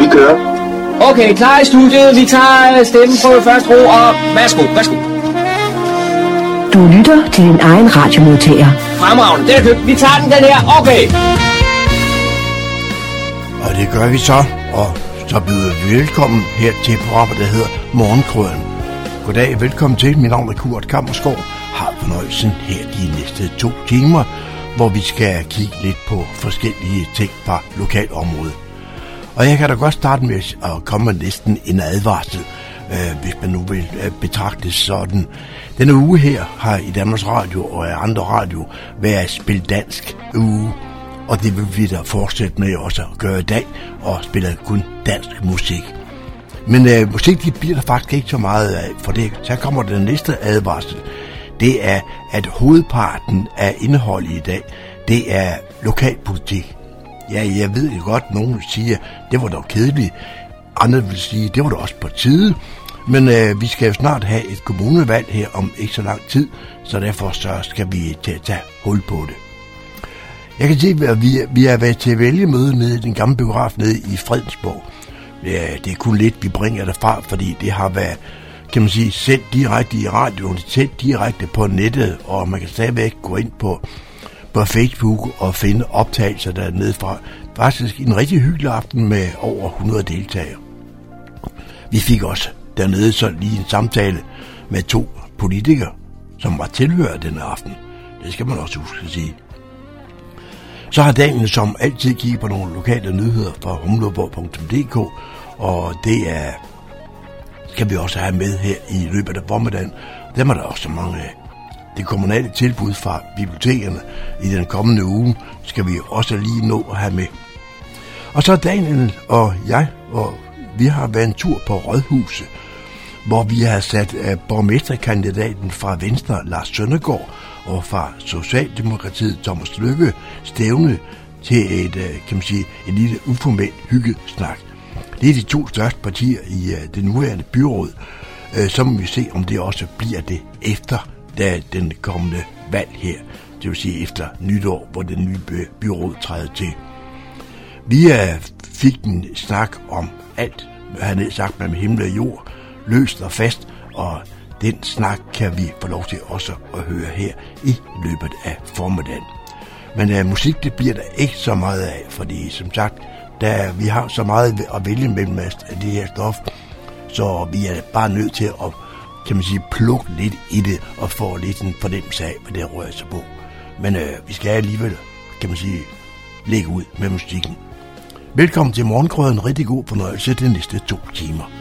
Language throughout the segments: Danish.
kører. Okay, klar i studiet. Vi tager stemmen på første ro, og værsgo. Du lytter til din egen radiomodtager. Fremragende, den er købt. Vi tager den her. Okay. Og det gør vi så, og så byder vi velkommen her til programmet, der hedder Morgenkrøden. Goddag, velkommen til. Mit navn er Kurt Kammersgaard. Har fornøjelsen her de næste 2 timer, hvor vi skal kigge lidt på forskellige ting fra lokalområdet. Og jeg kan da godt starte med at komme med næsten en advarsel, hvis man nu vil betragte sådan. Denne uge her har i Danmarks Radio og i andre radio været Spil Dansk uge. Og det vil vi da fortsætte med også at gøre i dag, og spille kun dansk musik. Men musik, det bliver der faktisk ikke så meget af, for det. Så kommer den næste advarsel. Det er, at hovedparten af indholdet i dag, det er lokalpolitik. Ja, jeg ved jo godt, nogen vil sige, at det var dog kedeligt. Andre vil sige, at det var da også på tide. Men vi skal jo snart have et kommunevalg her om ikke så lang tid, så derfor så skal vi tage hul på det. Jeg kan sige, at vi har været til vælgemøde nede i den gamle biograf nede i Fredensborg. Ja, det er kun lidt, vi bringer derfra, fordi det har været, kan man sige, sendt direkte i radioen, sendt direkte på nettet, og man kan stadigvæk gå ind på Facebook og finde optagelser dernede fra. Faktisk en rigtig hyggelig aften med over 100 deltagere. Vi fik også dernede så lige en samtale med 2 politikere, som var tilhørt denne aften. Det skal man også huske at sige. Så har Daniel som altid kigget på nogle lokale nyheder fra humleborg.dk, og det skal vi også have med her i løbet af formiddagen. Dem er der også mange af. Det kommunale tilbud fra bibliotekerne i den kommende uge skal vi også lige nå at have med. Og så Daniel og jeg, og vi har været en tur på Rådhuset, hvor vi har sat borgmesterkandidaten fra Venstre, Lars Søndergaard, og fra Socialdemokratiet, Thomas Lykke, stævne til et, kan man sige, et lille uformelt hyggesnak. Det er de 2 største partier i det nuværende byråd. Så må vi se, om det også bliver det efter den kommende valg her. Det vil sige efter nytår, hvor det nye byråd træder til. Vi fik en snak om alt, hvad han havde sagt med himmel og jord, løst og fast, og den snak kan vi få lov til også at høre her i løbet af formiddagen. Men musik, det bliver der ikke så meget af, fordi som sagt, vi har så meget at vælge mellem af det her stof, så vi er bare nødt til at, kan man sige, plukke lidt i det og få lidt en fornemmelse af, hvad det rører sig på. Men vi skal alligevel, kan man sige, lægge ud med musikken. Velkommen til Morgenkrøden. Rigtig god fornøjelse de næste 2 timer.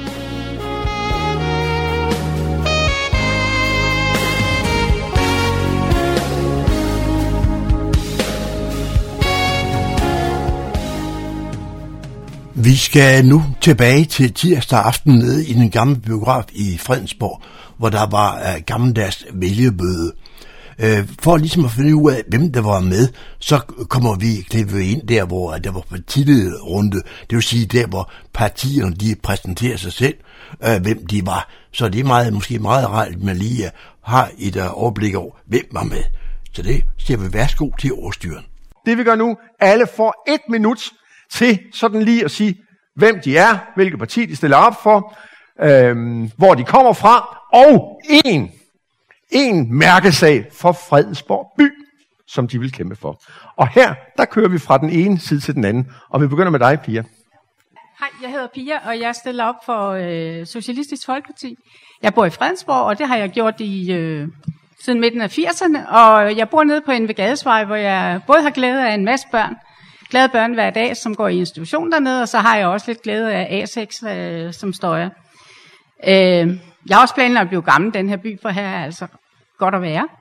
Vi skal nu tilbage til tirsdag aften nede i den gamle biograf i Fredensborg, hvor der var gammeldags vælgemøde. For ligesom at finde ud af, hvem der var med, så kommer vi ind der, hvor der var partilederrunde. Det vil sige der, hvor partierne de præsenterer sig selv, hvem de var. Så det er måske meget rart, at man lige har et overblik over, hvem var med. Så det siger vi værsgo til ordstyren. Det vi gør nu, alle får 1 minut til sådan lige at sige, hvem de er, hvilket parti de stiller op for, hvor de kommer fra, og en mærkesag for Fredensborg by, som de vil kæmpe for. Og her, der kører vi fra den ene side til den anden, og vi begynder med dig, Pia. Hej, jeg hedder Pia, og jeg stiller op for Socialistisk Folkeparti. Jeg bor i Fredensborg, og det har jeg gjort siden midten af 80'erne, og jeg bor nede på Envegadesvej, hvor jeg både har glæde af en masse børn, glade børn hver dag, som går i institution dernede, og så har jeg også lidt glæde af A6, som støjer. Jeg har også planlagt at blive gammel den her by, for her er altså godt at være.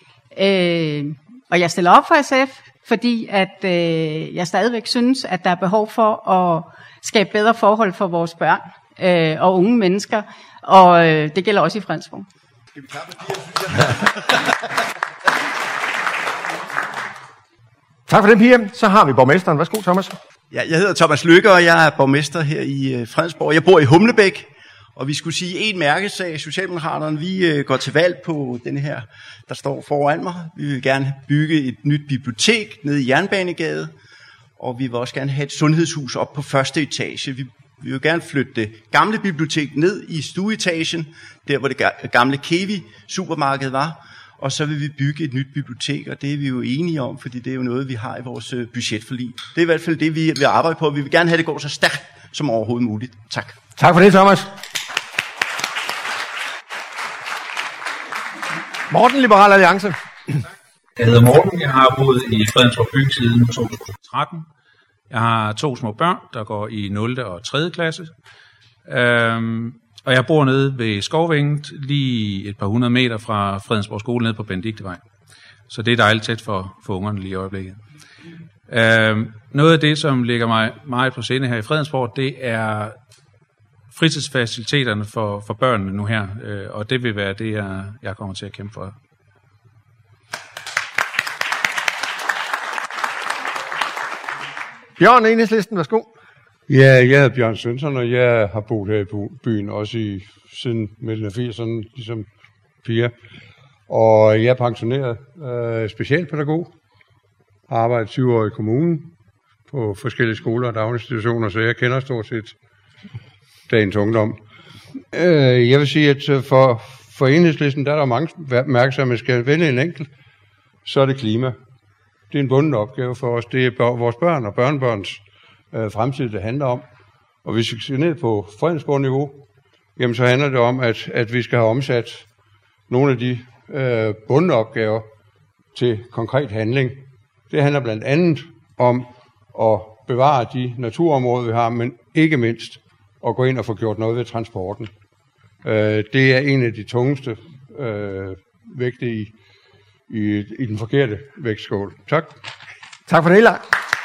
Og jeg stiller op for SF, fordi at jeg stadigvæk synes, at der er behov for at skabe bedre forhold for vores børn og unge mennesker, og det gælder også i Fredensborg. Skal vi klappe, Tak for den, Pia. Så har vi borgmesteren. Værsgo, Thomas. Ja, jeg hedder Thomas Lykke, og jeg er borgmester her i Fredensborg. Jeg bor i Humlebæk, og vi skulle sige en mærkesag. Socialdemokraterne, vi går til valg på den her, der står foran mig. Vi vil gerne bygge et nyt bibliotek nede i Jernbanegade, og vi vil også gerne have et sundhedshus op på første etage. Vi vil gerne flytte det gamle bibliotek ned i stueetagen, der hvor det gamle Kevi supermarked var, og så vil vi bygge et nyt bibliotek, og det er vi jo enige om, fordi det er jo noget, vi har i vores budgetforlig. Det er i hvert fald det, vi vil arbejde på. Vi vil gerne have, at det går så stærkt som overhovedet muligt. Tak. Tak for det, Thomas. Morten, Liberal Alliance. Jeg hedder Morten. Jeg har boet i Fredensborg by siden 2013. Jeg har 2 små børn, der går i 0. og 3. klasse. Og jeg bor nede ved Skovvænget, lige et par 100 meter fra Fredensborg skole nede på Benediktevej. Så det er dejligt tæt for ungerne lige i øjeblikket. Noget af det, som ligger mig meget på sinde her i Fredensborg, det er fritidsfaciliteterne for børnene nu her. Og det vil være det, jeg kommer til at kæmpe for. Bjørn, Enhedslisten, værsgo. Ja, jeg er Bjørn Svensson, og jeg har boet her i byen også siden midten af 80'erne, ligesom Pia. Og jeg er pensioneret specialpædagog, har arbejdet 20 år i kommunen på forskellige skoler og daginstitutioner, så jeg kender stort set dagens ungdom. Jeg vil sige, at for Enhedslisten, der er der mange mærkesager, at man skal vælge en enkelt, så er det klima. Det er en bunden opgave for os. Det er vores børn og børnebørns fremtid, det handler om. Og hvis vi skal ned på Fredensborg-niveau, jamen så handler det om, at vi skal have omsat nogle af de bundne opgaver til konkret handling. Det handler blandt andet om at bevare de naturområder, vi har, men ikke mindst at gå ind og få gjort noget ved transporten. Det er en af de tungeste vægte i den forkerte vægtskål. Tak. Tak for det, Lars.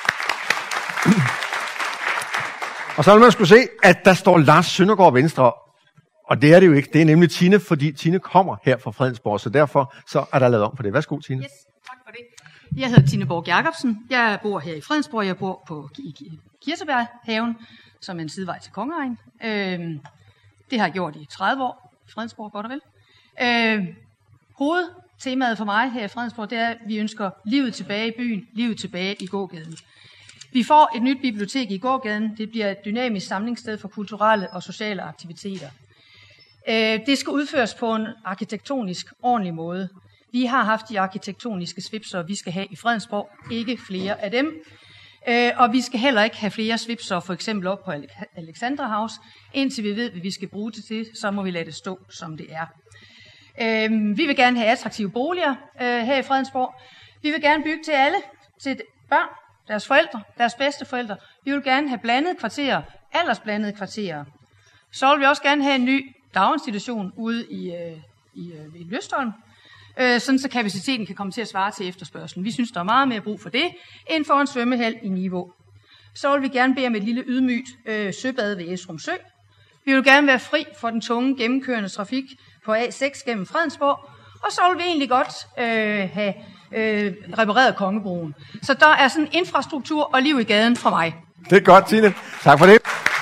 Og så vil man skulle se, at der står Lars Søndergaard Venstre, og det er det jo ikke. Det er nemlig Tine, fordi Tine kommer her fra Fredensborg, så derfor så er der lavet om på det. Værsgo, Tine. Yes, tak for det. Jeg hedder Tine Borg Jacobsen. Jeg bor her i Fredensborg. Jeg bor på Kirsebærhaven, som er en sidevej til Kongeregn. Det har jeg gjort i 30 år i Fredensborg, godt og vel. Hovedtemaet for mig her i Fredensborg, det er, at vi ønsker livet tilbage i byen, livet tilbage i gågaden. Vi får et nyt bibliotek i gågaden. Det bliver et dynamisk samlingssted for kulturelle og sociale aktiviteter. Det skal udføres på en arkitektonisk ordentlig måde. Vi har haft de arkitektoniske svipser, vi skal have i Fredensborg, ikke flere af dem. Og vi skal heller ikke have flere svipser, for eksempel op på Alexanderhaus. Indtil vi ved, hvad vi skal bruge det til, så må vi lade det stå, som det er. Vi vil gerne have attraktive boliger her i Fredensborg. Vi vil gerne bygge til alle, til børn, deres forældre, deres bedsteforældre. Vi vil gerne have blandede kvarterer, aldersblandede kvarterer. Så vil vi også gerne have en ny daginstitution ude i Løstholm, sådan så kapaciteten kan komme til at svare til efterspørgselen. Vi synes, der er meget mere brug for det, end for en svømmehal i Niveau. Så vil vi gerne bede om et lille ydmygt søbad ved Esrum Sø. Vi vil gerne være fri for den tunge gennemkørende trafik på A6 gennem Fredensborg, og så vil vi egentlig godt have repareret Kongebroen. Så der er sådan infrastruktur og liv i gaden fra mig. Det er godt, Tine. Tak for det.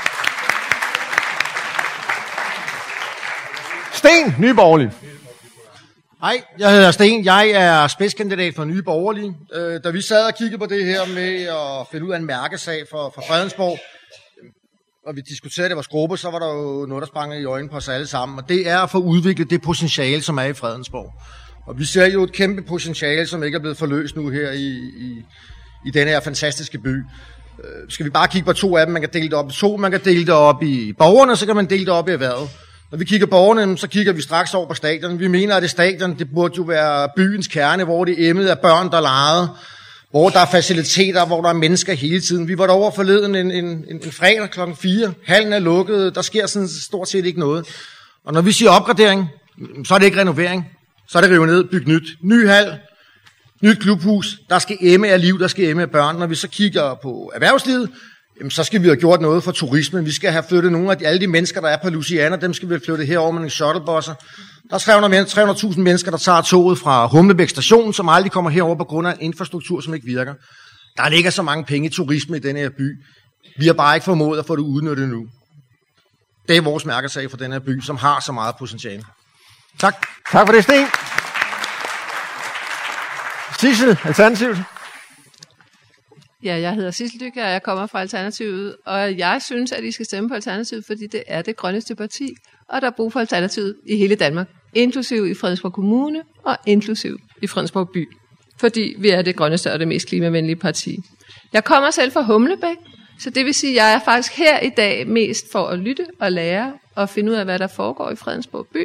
Sten, Nye Borgerlige. Hej, jeg hedder Sten. Jeg er spidskandidat for Nye Borgerlige. Da vi sad og kiggede på det her med at finde ud af en mærkesag for Fredensborg, og vi diskuterede det vores gruppe, så var der jo noget, der sprang i øjnene på os alle sammen. Og det er at få udviklet det potentiale, som er i Fredensborg. Og vi ser jo et kæmpe potentiale, som ikke er blevet forløst nu her i denne her fantastiske by. Skal vi bare kigge på 2 af dem? Man kan dele det op i 2. Man kan dele det op i borgerne, så kan man dele det op i erhvervet. Når vi kigger borgerne, så kigger vi straks over på stadion. Vi mener, at det stadion, det burde jo være byens kerne, hvor det er emmet af børn, der legede, hvor der er faciliteter, hvor der er mennesker hele tiden. Vi var derovre forleden en fredag klokken 4. Hallen er lukket, der sker sådan stort set ikke noget. Og når vi siger opgradering, så er det ikke renovering. Så er det rive ned, bygge nyt. Ny hal, nyt klubhus, der skal emme af liv, der skal emme af børn. Når vi så kigger på erhvervslivet, så skal vi have gjort noget for turismen. Vi skal have flyttet nogle af alle de mennesker, der er på Louisiana, dem skal vi have flyttet herover med nogle shuttlebusser. Der er 300.000 mennesker, der tager toget fra Humlebæk station, som aldrig kommer herover på grund af en infrastruktur, som ikke virker. Der ligger så mange penge i turisme i denne her by. Vi har bare ikke formået at få det udnyttet nu. Det er vores mærkesag for denne her by, som har så meget potentiale. Tak. Tak for det, Sten. Sissel, Alternativet. Ja, jeg hedder Sissel Dyk, og jeg kommer fra Alternativet, og jeg synes, at I skal stemme på Alternativet, fordi det er det grønneste parti, og der er brug for Alternativet i hele Danmark, inklusiv i Fredensborg Kommune og inklusiv i Fredensborg By, fordi vi er det grønneste og det mest klimavenlige parti. Jeg kommer selv fra Humlebæk, så det vil sige, at jeg er faktisk her i dag mest for at lytte og lære og finde ud af, hvad der foregår i Fredensborg By.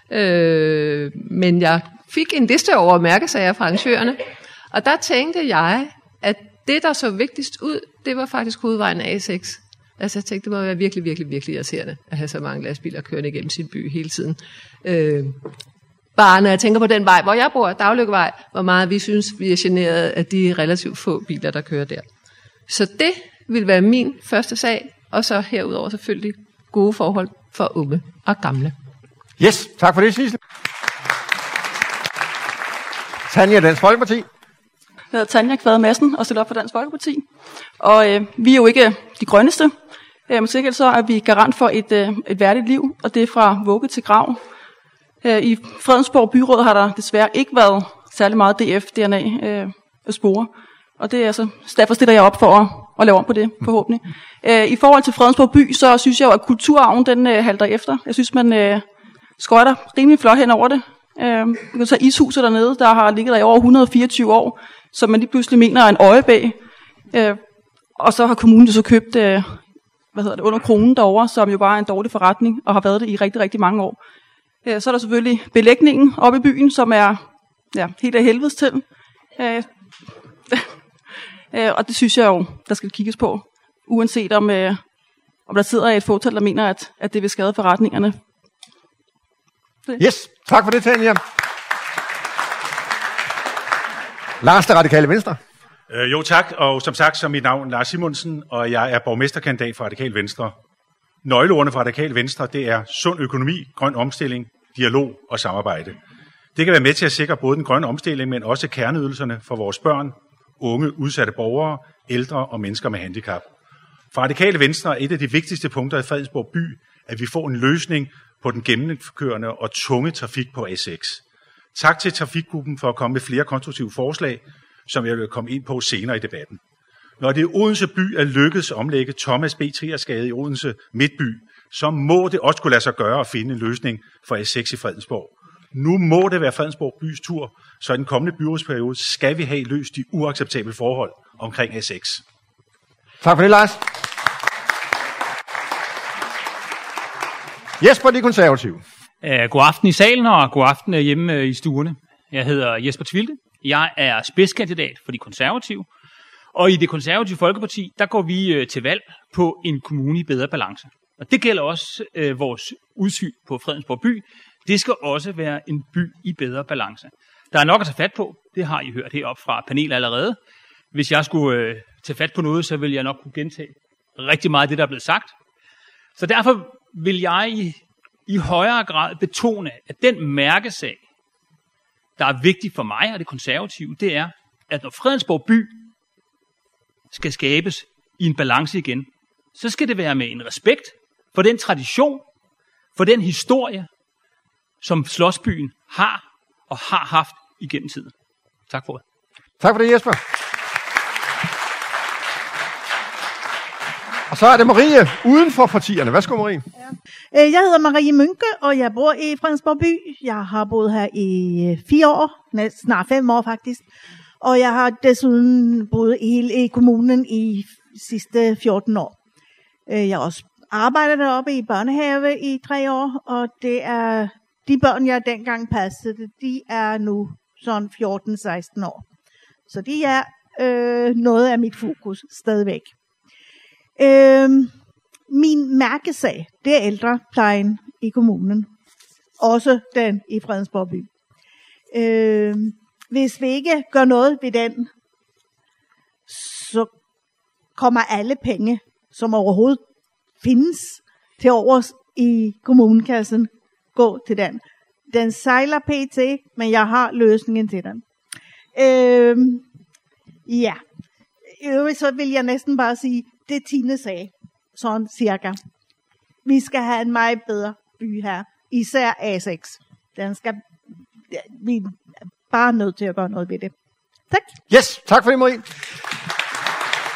Men jeg fik en liste over mærkesager fra arrangørerne, og der tænkte jeg, at det, der så vigtigst ud, det var faktisk hovedvejen A6. Altså jeg tænkte, det må være virkelig, virkelig, virkelig irriterende at have så mange lastbiler kørende igennem sin by hele tiden. Bare når jeg tænker på den vej, hvor jeg bor, Dagløkkevej, hvor meget vi synes, vi er generet af de relativt få biler, der kører der. Så det vil være min første sag, og så herudover selvfølgelig gode forhold for unge og gamle. Yes, tak for det, Sissel. Tanja, Dansk Folkeparti. Jeg hedder Tanja Kvade Madsen og stiller op for Dansk Folkeparti. Og vi er jo ikke de grønneste. Men sikkert så er vi garant for et værdigt liv, og det er fra vugge til grav. I Fredensborg Byråd har der desværre ikke været særlig meget DF-DNA at spore. Og det er altså, derfor stiller jeg op for at lave om på det, forhåbentlig. I forhold til Fredensborg By, så synes jeg jo, at kulturarven den halter efter. Jeg synes, man skøjter rimelig flot hen over det. Du kan tage ishuset dernede, der har ligget der i over 124 år, som man lige pludselig mener er en øjebæg. Og så har kommunen jo så købt under kronen derovre, som jo bare er en dårlig forretning, og har været det i rigtig, rigtig mange år. Så er der selvfølgelig belægningen oppe i byen, som er helt af helvedes til. Og det synes jeg jo, der skal kigges på, uanset om der sidder et fåtal, der mener, at det vil skade forretningerne. Yes, tak for det, Tanja. Lars, det Radikale Venstre. Jo tak, og som sagt, så er mit navn Lars Simonsen, og jeg er borgmesterkandidat for Radikale Venstre. Nøgleordene for Radikale Venstre, det er sund økonomi, grøn omstilling, dialog og samarbejde. Det kan være med til at sikre både den grønne omstilling, men også kerneydelserne for vores børn, unge, udsatte borgere, ældre og mennesker med handicap. For Radikale Venstre er et af de vigtigste punkter i Fredensborg By, at vi får en løsning på den gennemkørende og tunge trafik på A6. Tak til trafikgruppen for at komme med flere konstruktive forslag, som jeg vil komme ind på senere i debatten. Når det i Odense by er lykkedes at omlægge Thomas B. Triers-gade i Odense Midtby, så må det også kunne lade sig gøre at finde en løsning for A6 i Fredensborg. Nu må det være Fredensborg bys tur, så i den kommende byrådsperiode skal vi have løst de uacceptable forhold omkring A6. Tak for det, Lars. Jesper, De Konservative. God aften i salen og god aften hjemme i stuerne. Jeg hedder Jesper Tvilde. Jeg er spidskandidat for De Konservative. Og i Det Konservative Folkeparti, der går vi til valg på en kommune i bedre balance. Og det gælder også vores udsyn på Fredensborg By. Det skal også være en by i bedre balance. Der er nok at tage fat på. Det har I hørt heroppe fra panelet allerede. Hvis jeg skulle tage fat på noget, så vil jeg nok kunne gentage rigtig meget af det, der er blevet sagt. Så derfor vil jeg i højere grad betone, at den mærkesag, der er vigtig for mig og Det Konservative, det er, at når Fredensborg By skal skabes i en balance igen, så skal det være med en respekt for den tradition, for den historie, som Slotsbyen har og har haft igennem tiden. Tak for det. Tak for det, Jesper. Og så er det Marie uden for partierne. Værsgo, Marie. Ja. Jeg hedder Marie Mønke, og jeg bor i Fredensborg By. Jeg har boet her i 4 år, snart 5 år faktisk. Og jeg har desuden boet i kommunen i sidste 14 år. Jeg har også arbejdet deroppe i børnehave i 3 år, og det er de børn, jeg dengang passede, de er nu sådan 14-16 år. Så de er noget af mit fokus stadigvæk. Min mærkesag, det er ældreplejen i kommunen. Også den i Fredensborg By. Hvis vi ikke gør noget ved den, så kommer alle penge, som overhovedet findes til overs i kommunekassen, gå til den. Den sejler pt, men jeg har løsningen til den. Ja. Så vil jeg næsten bare sige, det Tine sagde, sådan cirka. Vi skal have en meget bedre by her, især A6. Vi er bare nødt til at gøre noget ved det. Tak. Yes, tak for det, Marie.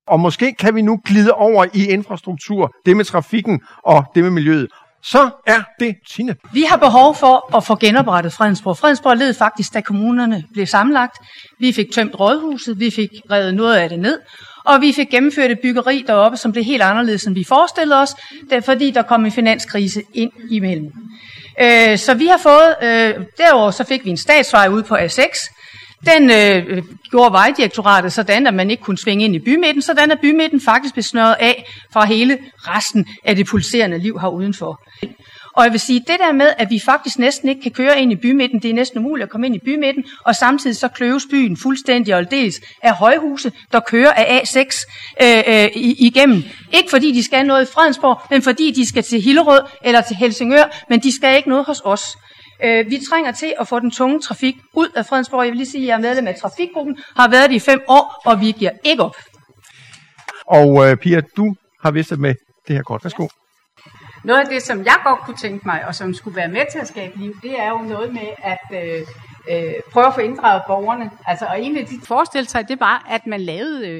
Og måske kan vi nu glide over i infrastruktur, det med trafikken og det med miljøet. Så er det Tine. Vi har behov for at få genoprettet Fredensborg. Fredensborg led faktisk, da kommunerne blev sammenlagt. Vi fik tømt rådhuset, vi fik revet noget af det ned, og vi fik gennemført et byggeri deroppe, som blev helt anderledes, end vi forestillede os, fordi der kom en finanskrise ind imellem. Så vi har fået, derover så fik vi en statsvej ude på A6. Den gjorde Vejdirektoratet sådan, at man ikke kunne svinge ind i bymidten, sådan at bymidten faktisk blev snøret af fra hele resten af det pulserende liv her udenfor. Og jeg vil sige, det der med, at vi faktisk næsten ikke kan køre ind i bymidten, det er næsten umuligt at komme ind i bymidten, og samtidig så kløves byen fuldstændig og dels af højhuse, der kører af A6 igennem. Ikke fordi de skal noget i Fredensborg, men fordi de skal til Hillerød eller til Helsingør, men de skal ikke noget hos os. Vi trænger til at få den tunge trafik ud af Fredensborg. Jeg vil lige sige, at jeg er medlem af trafikgruppen, har været det i 5 år, og vi giver ikke op. Og Pia, du har vidst med det her kort. Værsgo. Noget af det, som jeg godt kunne tænke mig, og som skulle være med til at skabe liv, det er jo noget med at prøve at få inddraget borgerne. Altså, og en af de forestille sig, det var, at man lavede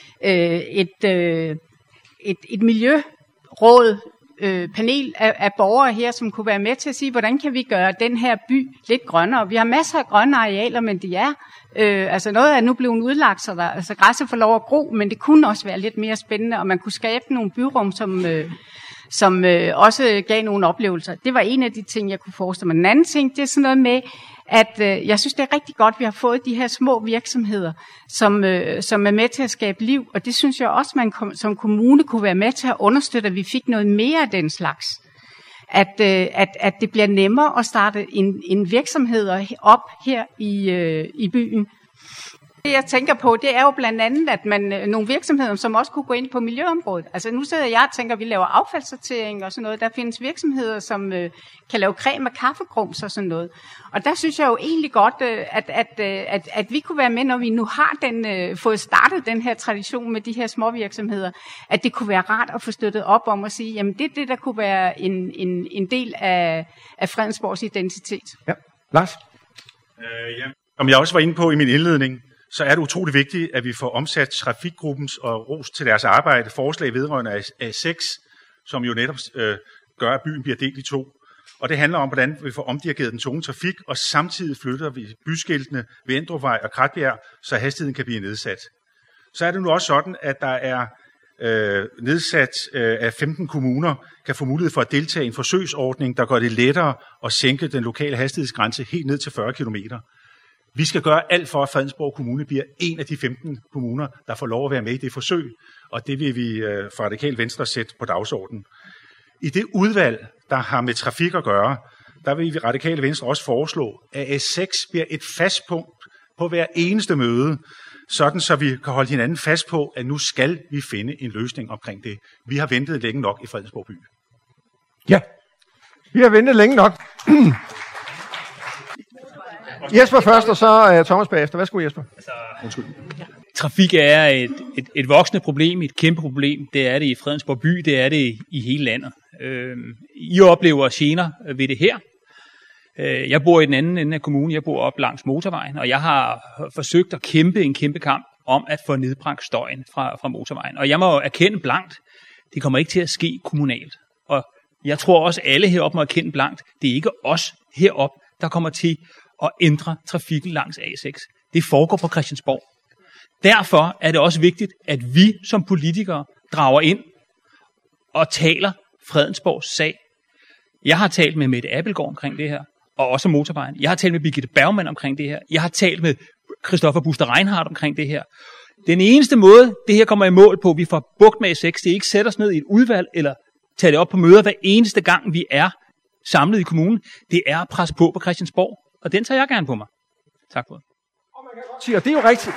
et miljøråd, panel af borgere her, som kunne være med til at sige, hvordan kan vi gøre den her by lidt grønnere. Vi har masser af grønne arealer, men de er altså noget af nu blevet udlagt, så der, altså græsset får lov at gro, men det kunne også være lidt mere spændende, og man kunne skabe nogle byrum, som også gav nogle oplevelser. Det var en af de ting, jeg kunne forestille mig. Den anden ting, det er sådan noget med, at jeg synes, det er rigtig godt, at vi har fået de her små virksomheder, som er med til at skabe liv, og det synes jeg også, man som kommune kunne være med til at understøtte, at vi fik noget mere af den slags. At det bliver nemmere at starte en virksomhed op her i byen. Det jeg tænker på, det er jo blandt andet, at nogle virksomheder, som også kunne gå ind på miljøområdet. Altså nu sidder jeg og tænker, at vi laver affaldssortering og sådan noget. Der findes virksomheder, som kan lave creme og kaffegrums og sådan noget. Og der synes jeg jo egentlig godt, at vi kunne være med, når vi nu har fået startet den her tradition med de her små virksomheder, at det kunne være rart at få støttet op om at sige, jamen det er det, der kunne være en del af Fredensborgs identitet. Ja, Lars? Som jeg også var inde på i min indledning, så er det utrolig vigtigt, at vi får omsat trafikgruppens og ros til deres arbejde, forslag vedrørende A6, som jo netop gør, at byen bliver delt i 2. Og det handler om, hvordan vi får omdirigeret den tunge trafik, og samtidig flytter vi byskiltene ved Endrupvej og Kratbjerg, så hastigheden kan blive nedsat. Så er det nu også sådan, at der er nedsat af 15 kommuner, kan få mulighed for at deltage i en forsøgsordning, der gør det lettere at sænke den lokale hastighedsgrænse helt ned til 40 km. Vi skal gøre alt for, at Fredensborg Kommune bliver en af de 15 kommuner, der får lov at være med i det forsøg, og det vil vi fra Radikal Venstre sætte på dagsordenen. I det udvalg, der har med trafik at gøre, der vil vi Radikale Venstre også foreslå, at A6 bliver et fast punkt på hver eneste møde, sådan så vi kan holde hinanden fast på, at nu skal vi finde en løsning omkring det. Vi har ventet længe nok i Fredensborg by. Ja, vi har ventet længe nok. Jesper først, og så Thomas bagefter. Værsgo, Jesper. Undskyld. Trafik er et voksende problem, et kæmpe problem. Det er det i Fredensborg by, det er det i hele landet. I oplever gener ved det her. Jeg bor i den anden ende af kommunen, jeg bor op langs motorvejen, og jeg har forsøgt at kæmpe en kæmpe kamp om at få nedbragt støjen fra motorvejen. Og jeg må erkende blankt, det kommer ikke til at ske kommunalt. Og jeg tror også, alle heroppe må erkende blankt, det er ikke os heroppe, der kommer til at ændre trafikken langs A6. Det foregår på Christiansborg. Derfor er det også vigtigt, at vi som politikere drager ind og taler Fredensborgs sag. Jeg har talt med Mette Abildgaard omkring det her, og også motorvejen. Jeg har talt med Birgitte Bergmann omkring det her. Jeg har talt med Christoffer Buster Reinhardt omkring det her. Den eneste måde, det her kommer i mål på, vi får bugt med A6, det er ikke sætte os ned i et udvalg, eller tage det op på møder hver eneste gang, vi er samlet i kommunen. Det er at presse på Christiansborg, og den tager jeg gerne på mig. Tak for det. Det er jo rigtigt.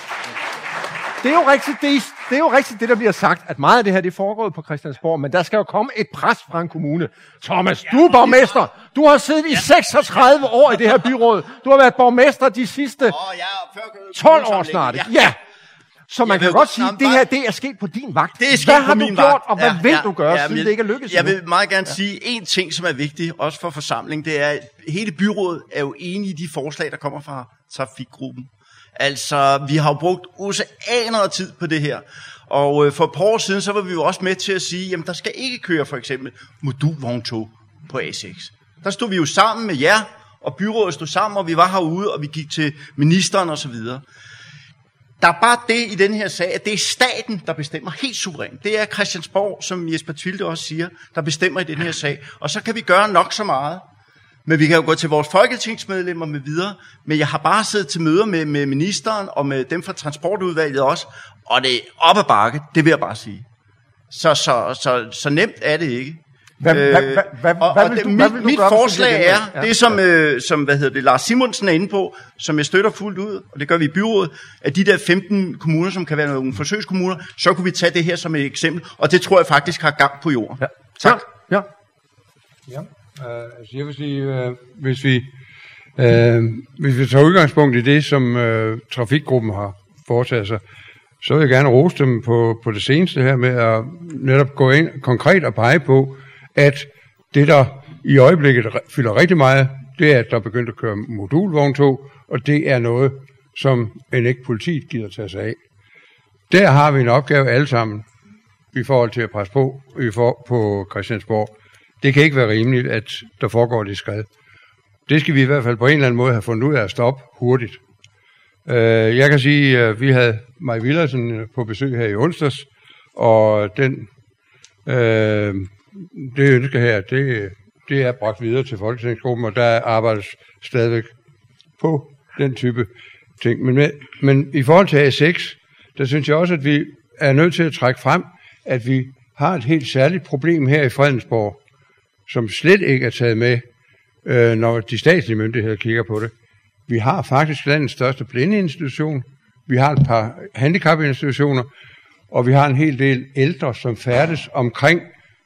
Det er jo rigtigt, det der bliver sagt, at meget af det her, det foregår på Christiansborg, men der skal jo komme et pres fra en kommune. Thomas, du er borgmester. Du har siddet i 36 år i det her byråd. Du har været borgmester de sidste 12 år snart. Ja. Så man kan godt sige, at det her, det er sket på din vagt. Det er sket på min vagt. Hvad har du gjort, og hvad vil du gøre, siden det ikke er lykkedes? Jeg vil meget gerne sige en ting, som er vigtig, også for forsamling, det er, at hele byrådet er jo enige i de forslag, der kommer fra trafikgruppen. Altså, vi har jo brugt oceaner af tid på det her, Og for et par år siden, så var vi jo også med til at sige, jamen der skal ikke køre for eksempel modulvogntog på A6. Der stod vi jo sammen med jer, og byrådet stod sammen, og vi var herude, og vi gik til ministeren og så videre. Der er bare det i den her sag, at det er staten, der bestemmer helt suverænt. Det er Christiansborg, som Jesper Tvilde også siger, der bestemmer i den her sag. Og så kan vi gøre nok så meget. Men vi kan jo gå til vores folketingsmedlemmer med videre. Men jeg har bare siddet til møder med ministeren og med dem fra transportudvalget også. Og det er op ad bakke, det vil jeg bare sige. Så nemt er det ikke. Mit forslag er, det som Lars Simonsen er inde på, som jeg støtter fuldt ud, og det gør vi i byrådet, at de der 15 kommuner, som kan være nogle forsøgskommuner, så kunne vi tage det her som et eksempel, og det tror jeg faktisk har gang på jorden. Ja. Tak. Ja. Altså jeg vil sige, hvis vi tager udgangspunkt i det, som trafikgruppen har foretaget sig, så vil jeg gerne rose dem på det seneste her med at netop gå ind konkret og pege på, at det, der i øjeblikket fylder rigtig meget, det er, at der er begyndt at køre modulvogntog, og det er noget, som end ikke politiet gider tage sig af. Der har vi en opgave alle sammen i forhold til at presse på Christiansborg. Det kan ikke være rimeligt, at der foregår det skred. Det skal vi i hvert fald på en eller anden måde have fundet ud af at stoppe hurtigt. Jeg kan sige, at vi havde Maj Villadsen på besøg her i onsdags, og det ønske her, det er bragt videre til Folketingsgruppen, og der arbejdes stadigvæk på den type ting. Men i forhold til A6, der synes jeg også, at vi er nødt til at trække frem, at vi har et helt særligt problem her i Fredensborg, som slet ikke er taget med, når de statslige myndigheder kigger på det. Vi har faktisk landets største blindeinstitution, vi har et par handicapinstitutioner, og vi har en hel del ældre, som færdes omkring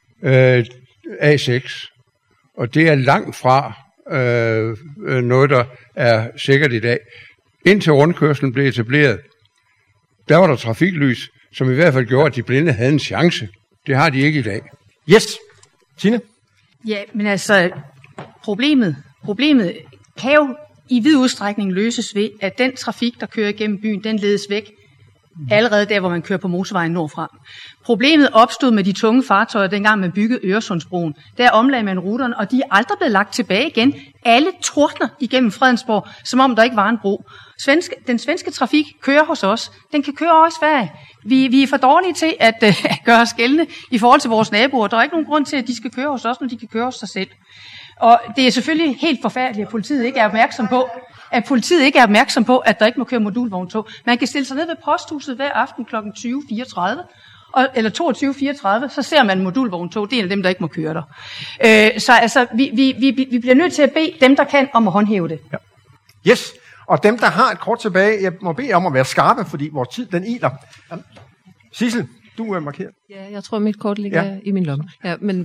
A6. Og det er langt fra noget, der er sikkert i dag. Indtil rundkørslen blev etableret, der var der trafiklys, som i hvert fald gjorde, at de blinde havde en chance. Det har de ikke i dag. Yes. Tine? Ja, men altså, problemet kan jo i vid udstrækning løses ved, at den trafik, der kører igennem byen, den ledes væk allerede der, hvor man kører på motorvejen nordfra. Problemet opstod med de tunge fartøjer, dengang man byggede Øresundsbroen. Der omlagde man ruterne, og de er aldrig blevet lagt tilbage igen. Alle tordner igennem Fredensborg, som om der ikke var en bro. Den svenske trafik kører hos os. Den kan køre over i Sverige. Vi er for dårlige til at gøre os gældende i forhold til vores naboer. Der er ikke nogen grund til, at de skal køre hos os, når de kan køre hos sig selv. Og det er selvfølgelig helt forfærdeligt, at politiet ikke er opmærksom på, at der ikke må køre modulvogntog. Man kan stille sig ned ved posthuset hver aften kl. 20.34, eller 22.34, så ser man modulvogntog. Det er en af dem, der ikke må køre der. Så altså, vi bliver nødt til at bede dem, der kan, om at håndhæve det. Ja. Yes, og dem, der har et kort tilbage, jeg må bede om at være skarpe, fordi vores tid, den iler. Sissel, du er markeret. Ja, jeg tror, mit kort ligger i min lomme. Ja, men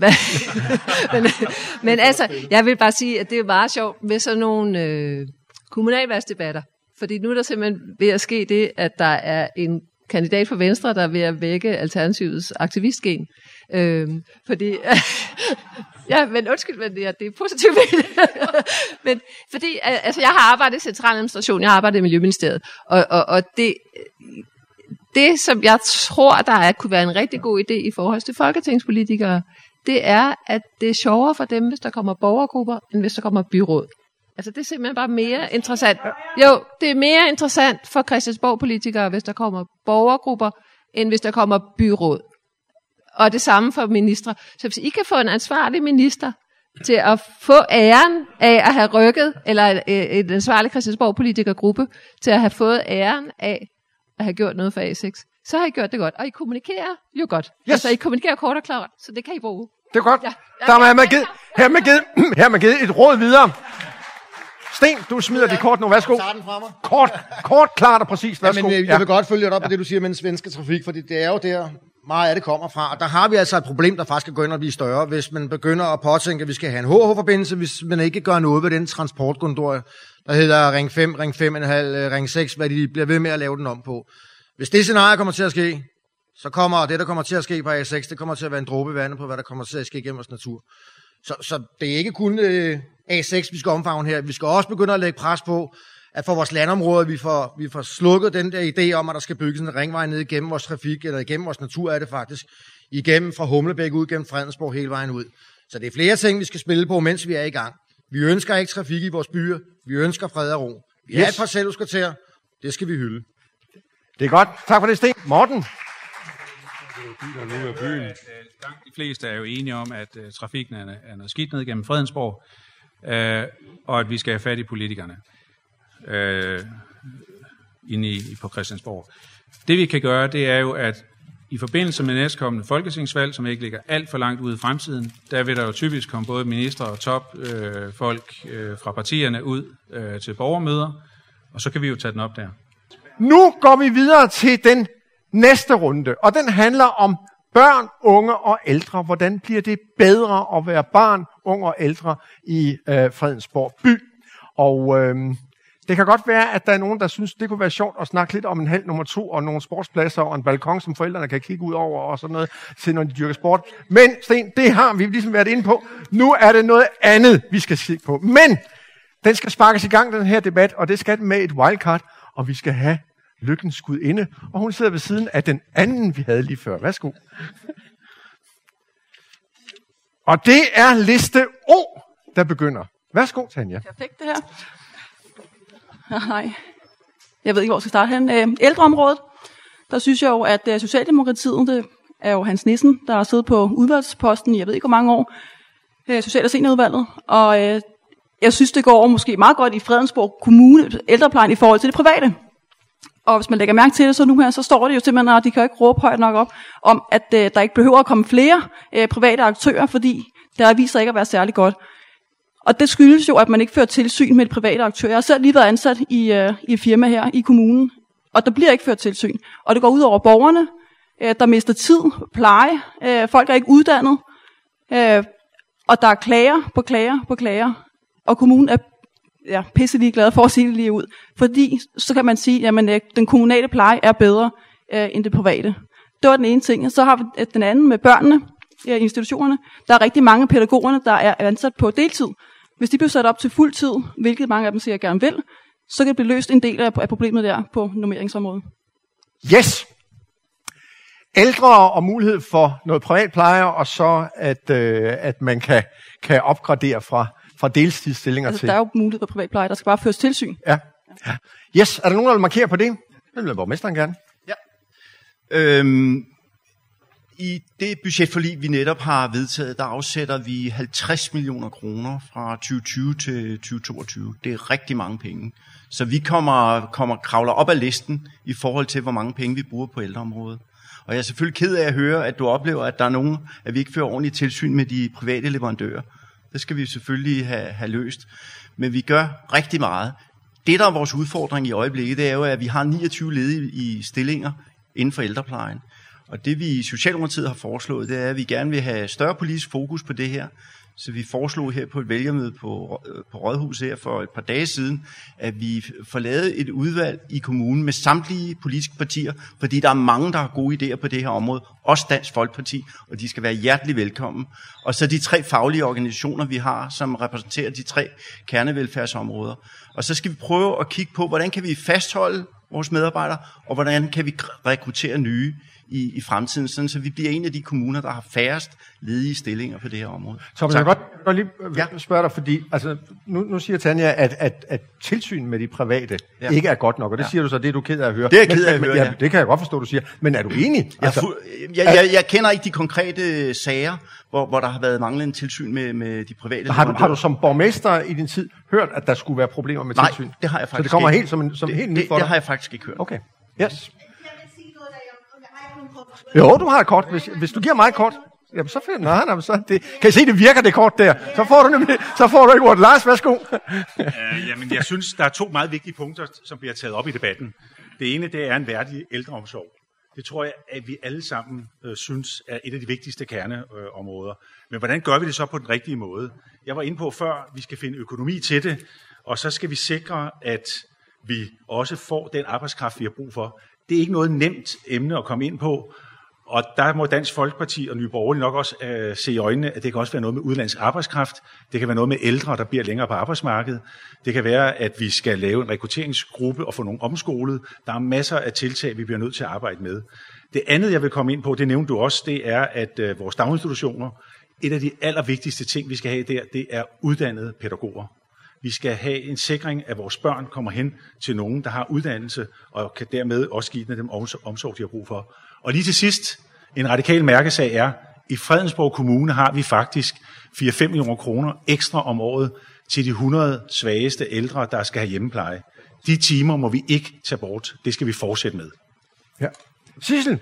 altså, jeg vil bare sige, at det er meget sjovt med sådan nogle kommunalvalgsdebatter. Fordi nu er der simpelthen ved at ske det, at der er en kandidat for Venstre, der er ved at vække Alternativets aktivistgen. Fordi... Ja, men undskyld, men det er positivt. Men fordi, altså, jeg har arbejdet i centraladministration, jeg har arbejdet i Miljøministeriet, og det, som jeg tror, kunne være en rigtig god idé i forhold til folketingspolitikere, det er, at det er sjovere for dem, hvis der kommer borgergrupper, end hvis der kommer byråd. Altså, det er simpelthen bare mere interessant. Jo, det er mere interessant for Christiansborg-politikere, hvis der kommer borgergrupper, end hvis der kommer byråd. Og det samme for ministre. Så hvis I kan få en ansvarlig minister til at få æren af at have rykket, eller en ansvarlig Christiansborg-politikergruppe til at have fået æren af at have gjort noget for A6, så har I gjort det godt. Og I kommunikerer jo godt. Yes. Altså, I kommunikerer kort og klart, så det kan I bruge. Det er godt. Ja. Der er man givet et råd videre. Sten, du smider dit kort nu. Værsgo. Kort, klart og præcis. Værsgo. Ja, men jeg vil godt følge dig op på det, du siger med den svenske trafik, fordi det er jo der, meget af det kommer fra. Og der har vi altså et problem, der faktisk kan gå ind og blive større, hvis man begynder at påtænke, at vi skal have en HH-forbindelse, hvis man ikke gør noget ved den transportkorridor, der hedder Ring 5, Ring 5,5, Ring 6, hvad de bliver ved med at lave den om på. Hvis det scenarie kommer til at ske, så kommer det, der kommer til at ske på A6, det kommer til at være en dråbe i vandet på, hvad der kommer til at ske gennem vores natur. Så det er ikke kun A6, vi skal omfavne her. Vi skal også begynde at lægge pres på, at for vores landområder, vi får slukket den der idé om, at der skal bygges en ringvej ned igennem vores trafik, eller igennem vores natur er det faktisk, igennem fra Humlebæk ud gennem Fredensborg hele vejen ud. Så det er flere ting, vi skal spille på, mens vi er i gang. Vi ønsker ikke trafik i vores byer. Vi ønsker fred og ro. Vi er et parcelhuskvarter. Det skal vi hylde. Det er godt. Tak for det, Sten. Morten? De fleste er jo enige om, at trafikken er noget skidt ned gennem Fredensborg, og at vi skal have fat i politikerne inde på Christiansborg. Det vi kan gøre, det er jo, at i forbindelse med næstkommende folketingsvalg, som ikke ligger alt for langt ude i fremtiden, der vil der jo typisk komme både minister og topfolk fra partierne ud til borgermøder, og så kan vi jo tage den op der. Nu går vi videre til den næste runde, og den handler om børn, unge og ældre. Hvordan bliver det bedre at være barn, ung og ældre i Fredensborg by? Og det kan godt være, at der er nogen, der synes, det kunne være sjovt at snakke lidt om en halv nummer 2 og nogle sportspladser og en balkon, som forældrene kan kigge ud over og sådan noget, til når de dyrker sport. Men Sten, det har vi ligesom været inde på. Nu er det noget andet, vi skal kigge på. Men den skal sparkes i gang, den her debat, og det skal med et wildcard, og vi skal have Lykkens gudinde, og hun sidder ved siden af den anden, vi havde lige før. Værsgo. Og det er liste O, der begynder. Værsgo, Tanja. Perfekt, det her. Nej, jeg ved ikke, hvor jeg skal starte hen. Ældreområdet, der synes jeg jo, at Socialdemokratiet, det er jo Hans Nissen, der har siddet på udvalgsposten i, jeg ved ikke hvor mange år, Social- og Seniorudvalget, og jeg synes, det går over måske meget godt i Fredensborg Kommune, ældreplejen i forhold til det private. Og hvis man lægger mærke til det, så nu her, så står det jo simpelthen, at de kan jo ikke råbe højt nok op, om at der ikke behøver at komme flere private aktører, fordi der viser ikke at være særlig godt. Og det skyldes jo, at man ikke fører tilsyn med de private aktører. Jeg har selv lige været ansat i et firma her i kommunen, og der bliver ikke ført tilsyn. Og det går ud over borgerne, der mister tid, pleje, folk er ikke uddannet, og der er klager på klager, og kommunen er pisselig glad for at sige det lige ud. Fordi så kan man sige, at den kommunale pleje er bedre end det private. Det var den ene ting. Så har vi den anden med børnene i institutionerne. Der er rigtig mange pædagogerne, der er ansat på deltid. Hvis de bliver sat op til fuld tid, hvilket mange af dem siger gerne vil, så kan det blive løst en del af problemet der på normeringsområdet. Yes! Ældre og mulighed for noget privat pleje, og så at man kan opgradere fra deltidsstillinger til... Der er jo mulighed for privat pleje, der skal bare føres tilsyn. Ja. Yes, er der nogen, der vil markere på det? Det vil borgmesteren gerne. Ja. I det budgetforlig, vi netop har vedtaget, der afsætter vi 50 millioner kroner fra 2020 til 2022. Det er rigtig mange penge. Så vi kravler op ad listen i forhold til, hvor mange penge vi bruger på ældreområdet. Og jeg er selvfølgelig ked af at høre, at du oplever, at der er nogen, at vi ikke fører ordentligt tilsyn med de private leverandører. Det skal vi selvfølgelig have løst. Men vi gør rigtig meget. Det, der er vores udfordring i øjeblikket, det er jo, at vi har 29 ledige i stillinger inden for ældreplejen. Og det vi i Socialdemokratiet har foreslået, det er, at vi gerne vil have større politisk fokus på det her. Så vi foreslog her på et vælgermøde på Rådhuset her for et par dage siden, at vi får lavet et udvalg i kommunen med samtlige politiske partier, fordi der er mange, der har gode idéer på det her område, også Dansk Folkeparti, og de skal være hjertelig velkommen. Og så de 3 faglige organisationer, vi har, som repræsenterer de 3 kernevelfærdsområder. Og så skal vi prøve at kigge på, hvordan kan vi fastholde vores medarbejdere, og hvordan kan vi rekruttere nye i fremtiden, sådan, så vi bliver en af de kommuner, der har færrest ledige stillinger på det her område. Så jeg godt lige spørge dig, fordi altså, nu siger Tanja, at tilsyn med de private ikke er godt nok, og det siger du så, det er du ked af at høre. Det er jeg ked af at høre, ja. Det kan jeg godt forstå, du siger. Men er du enig? Jeg kender ikke de konkrete sager, hvor der har været manglende tilsyn med de private. Har du som borgmester i din tid hørt, at der skulle være problemer med tilsyn? Nej, det har jeg faktisk ikke. Så det kommer ikke. helt som helt nyt for dig? Det har jeg faktisk ikke hørt. Okay, yes. Jo, du har et kort. Hvis du giver mig et kort, jamen så finder nej, så det. Kan I se, det virker det kort der? Så får du ikke ordet. Lars, værsgo. Jamen, jeg synes, der er 2 meget vigtige punkter, som bliver taget op i debatten. Det ene, det er en værdig ældreomsorg. Det tror jeg, at vi alle sammen synes er et af de vigtigste kerneområder. Men hvordan gør vi det så på den rigtige måde? Jeg var inde på før, vi skal finde økonomi til det, og så skal vi sikre, at vi også får den arbejdskraft, vi har brug for. Det er ikke noget nemt emne at komme ind på, Og der må Dansk Folkeparti og Nye Borgerlige nok også se i øjnene, at det kan også være noget med udenlandsk arbejdskraft. Det kan være noget med ældre, der bliver længere på arbejdsmarkedet. Det kan være, at vi skal lave en rekrutteringsgruppe og få nogle omskolet. Der er masser af tiltag, vi bliver nødt til at arbejde med. Det andet, jeg vil komme ind på, det nævnte du også, det er, at vores daginstitutioner, et af de allervigtigste ting, vi skal have der, det er uddannede pædagoger. Vi skal have en sikring, at vores børn kommer hen til nogen, der har uddannelse, og kan dermed også give dem omsorg, de har brug for. Og lige til sidst, en radikal mærkesag er, i Fredensborg Kommune har vi faktisk 4-5 millioner kroner ekstra om året til de 100 svageste ældre, der skal have hjemmepleje. De timer må vi ikke tage bort. Det skal vi fortsætte med. Ja. Sissel?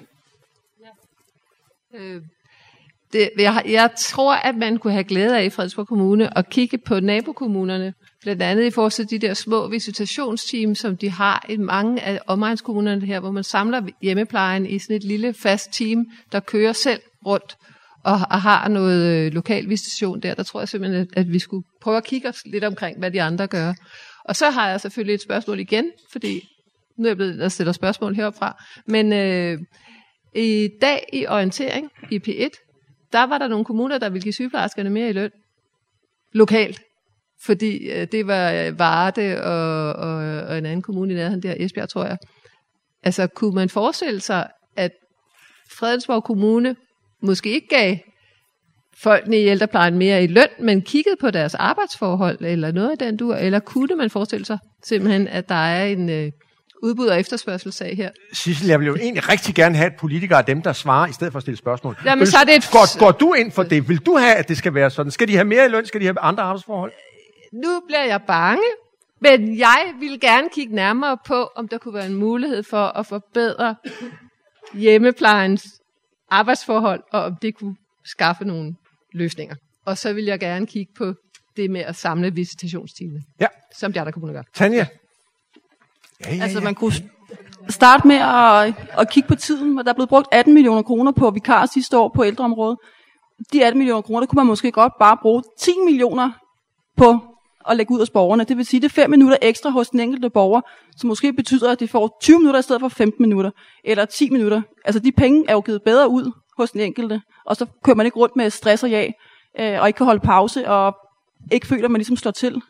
Jeg tror, at man kunne have glæde af i Fredensborg Kommune at kigge på nabokommunerne, blandt andet i forhold til de der små visitationsteam, som de har i mange af omegnskommunerne her, hvor man samler hjemmeplejen i sådan et lille fast team, der kører selv rundt og har noget lokal visitation der. Der tror jeg simpelthen, at vi skulle prøve at kigge os lidt omkring, hvad de andre gør. Og så har jeg selvfølgelig et spørgsmål igen, fordi nu er jeg blevet, der stiller spørgsmål heropfra. Men i dag i orientering i P1, der var der nogle kommuner, der ville give sygeplejerskerne mere i løn lokalt, fordi det var Varde og en anden kommune i nærheden der, Esbjerg, tror jeg. Altså, kunne man forestille sig, at Fredensborg Kommune måske ikke gav folkene i ældreplejen mere i løn, men kiggede på deres arbejdsforhold, eller noget af den dur, eller kunne man forestille sig simpelthen, at der er en udbud- og efterspørgselssag her? Sissel, jeg vil jo egentlig rigtig gerne have, at politikere er dem, der svarer, i stedet for at stille spørgsmål. Jamen, så er det går du ind for det? Vil du have, at det skal være sådan? Skal de have mere i løn? Skal de have andre arbejdsforhold? Nu bliver jeg bange, men jeg vil gerne kigge nærmere på, om der kunne være en mulighed for at forbedre hjemmeplejens arbejdsforhold, og om det kunne skaffe nogle løsninger. Og så vil jeg gerne kigge på det med at samle visitationsteamene, som de andre kommuner gør. Tanja? Ja. Altså man kunne starte med at kigge på tiden, og der er blevet brugt 18 millioner kroner på vikar sidste år på ældreområdet. De 18 millioner kroner, der kunne man måske godt bare bruge 10 millioner på at lægge ud hos borgerne. Det vil sige, det er 5 minutter ekstra hos den enkelte borger, som måske betyder, at de får 20 minutter i stedet for 15 minutter, eller 10 minutter. Altså de penge er jo givet bedre ud hos den enkelte, og så kører man ikke rundt med stress og jag, og ikke kan holde pause, og ikke føler, at man ligesom slår til.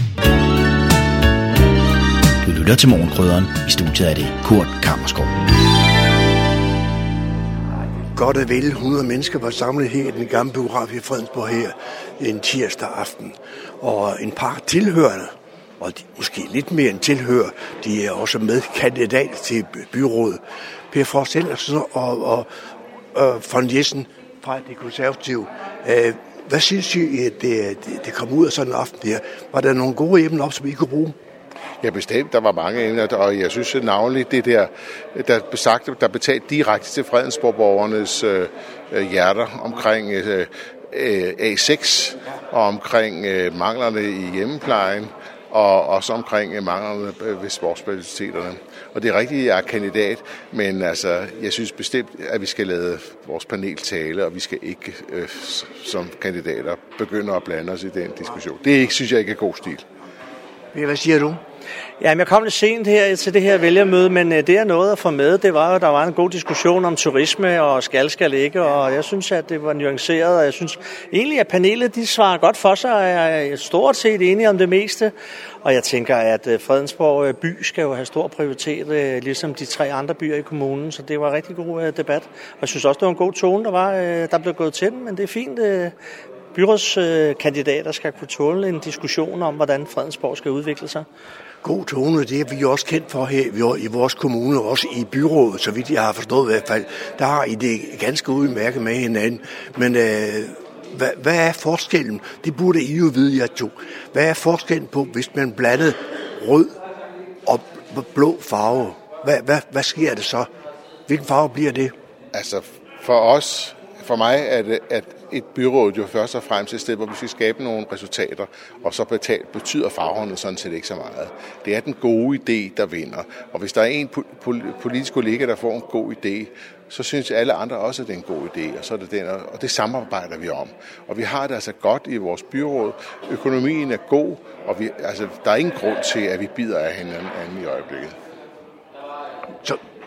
Du lytter til Morgenkrydderen. I studiet er det Kurt Kammerskov. Godt og vel 100 mennesker var samlet her i den gamle biograf i Fredensborg her en tirsdag aften. Og en par tilhørende, og måske lidt mere end tilhører, de er også medkandidater til byrådet. Per Frost Henriksen og von Jessen fra Det Konservative. Hvad synes I, at det kom ud af sådan en aften her? Var der nogle gode emner op, som I kunne bruge? Ja, bestemt. Der var mange emner, og jeg synes navnligt det der betalt direkte til Fredensborg-borgernes hjerter omkring A6 og omkring manglerne i hjemmeplejen og også omkring manglerne ved sportsfaciliteterne. Og det er rigtigt, jeg er kandidat, men altså, jeg synes bestemt, at vi skal lade vores panel tale, og vi skal ikke som kandidater begynde at blande os i den diskussion. Det synes jeg ikke er god stil. Hvad siger du? Jamen, jeg kom lidt sent her til det her vælgermøde, men det jeg nåede at få med, det var jo, at der var en god diskussion om turisme og skal ikke, og jeg synes, at det var nuanceret, og jeg synes egentlig, at panelet, de svarer godt for sig, og jeg er stort set enig om det meste, og jeg tænker, at Fredensborg by skal jo have stor prioritet, ligesom de 3 andre byer i kommunen, så det var en rigtig god debat, og jeg synes også, det var en god tone, der blev gået til den, men det er fint. Byrådskandidater skal kunne tåle en diskussion om, hvordan Fredensborg skal udvikle sig. God tone, det er vi også kendt for her i vores kommune, også i byrådet, så vidt jeg har forstået i hvert fald. Der har I det ganske udmærket med hinanden. Men hvad er forskellen? Det burde I jo vide, jer to. Hvad er forskellen på, hvis man blandede rød og blå farve? Hvad sker det så? Hvilken farve bliver det? Altså, for mig er det, at et byråd jo først og fremmest et sted, hvor vi skal skabe nogle resultater, og så betyder farverne sådan set ikke så meget. Det er den gode idé, der vinder. Og hvis der er en politisk kollega, der får en god idé, så synes alle andre også, at det er en god idé, og så er det den, og det samarbejder vi om. Og vi har det altså godt i vores byråd. Økonomien er god, og der er ingen grund til, at vi bider af hinanden i øjeblikket.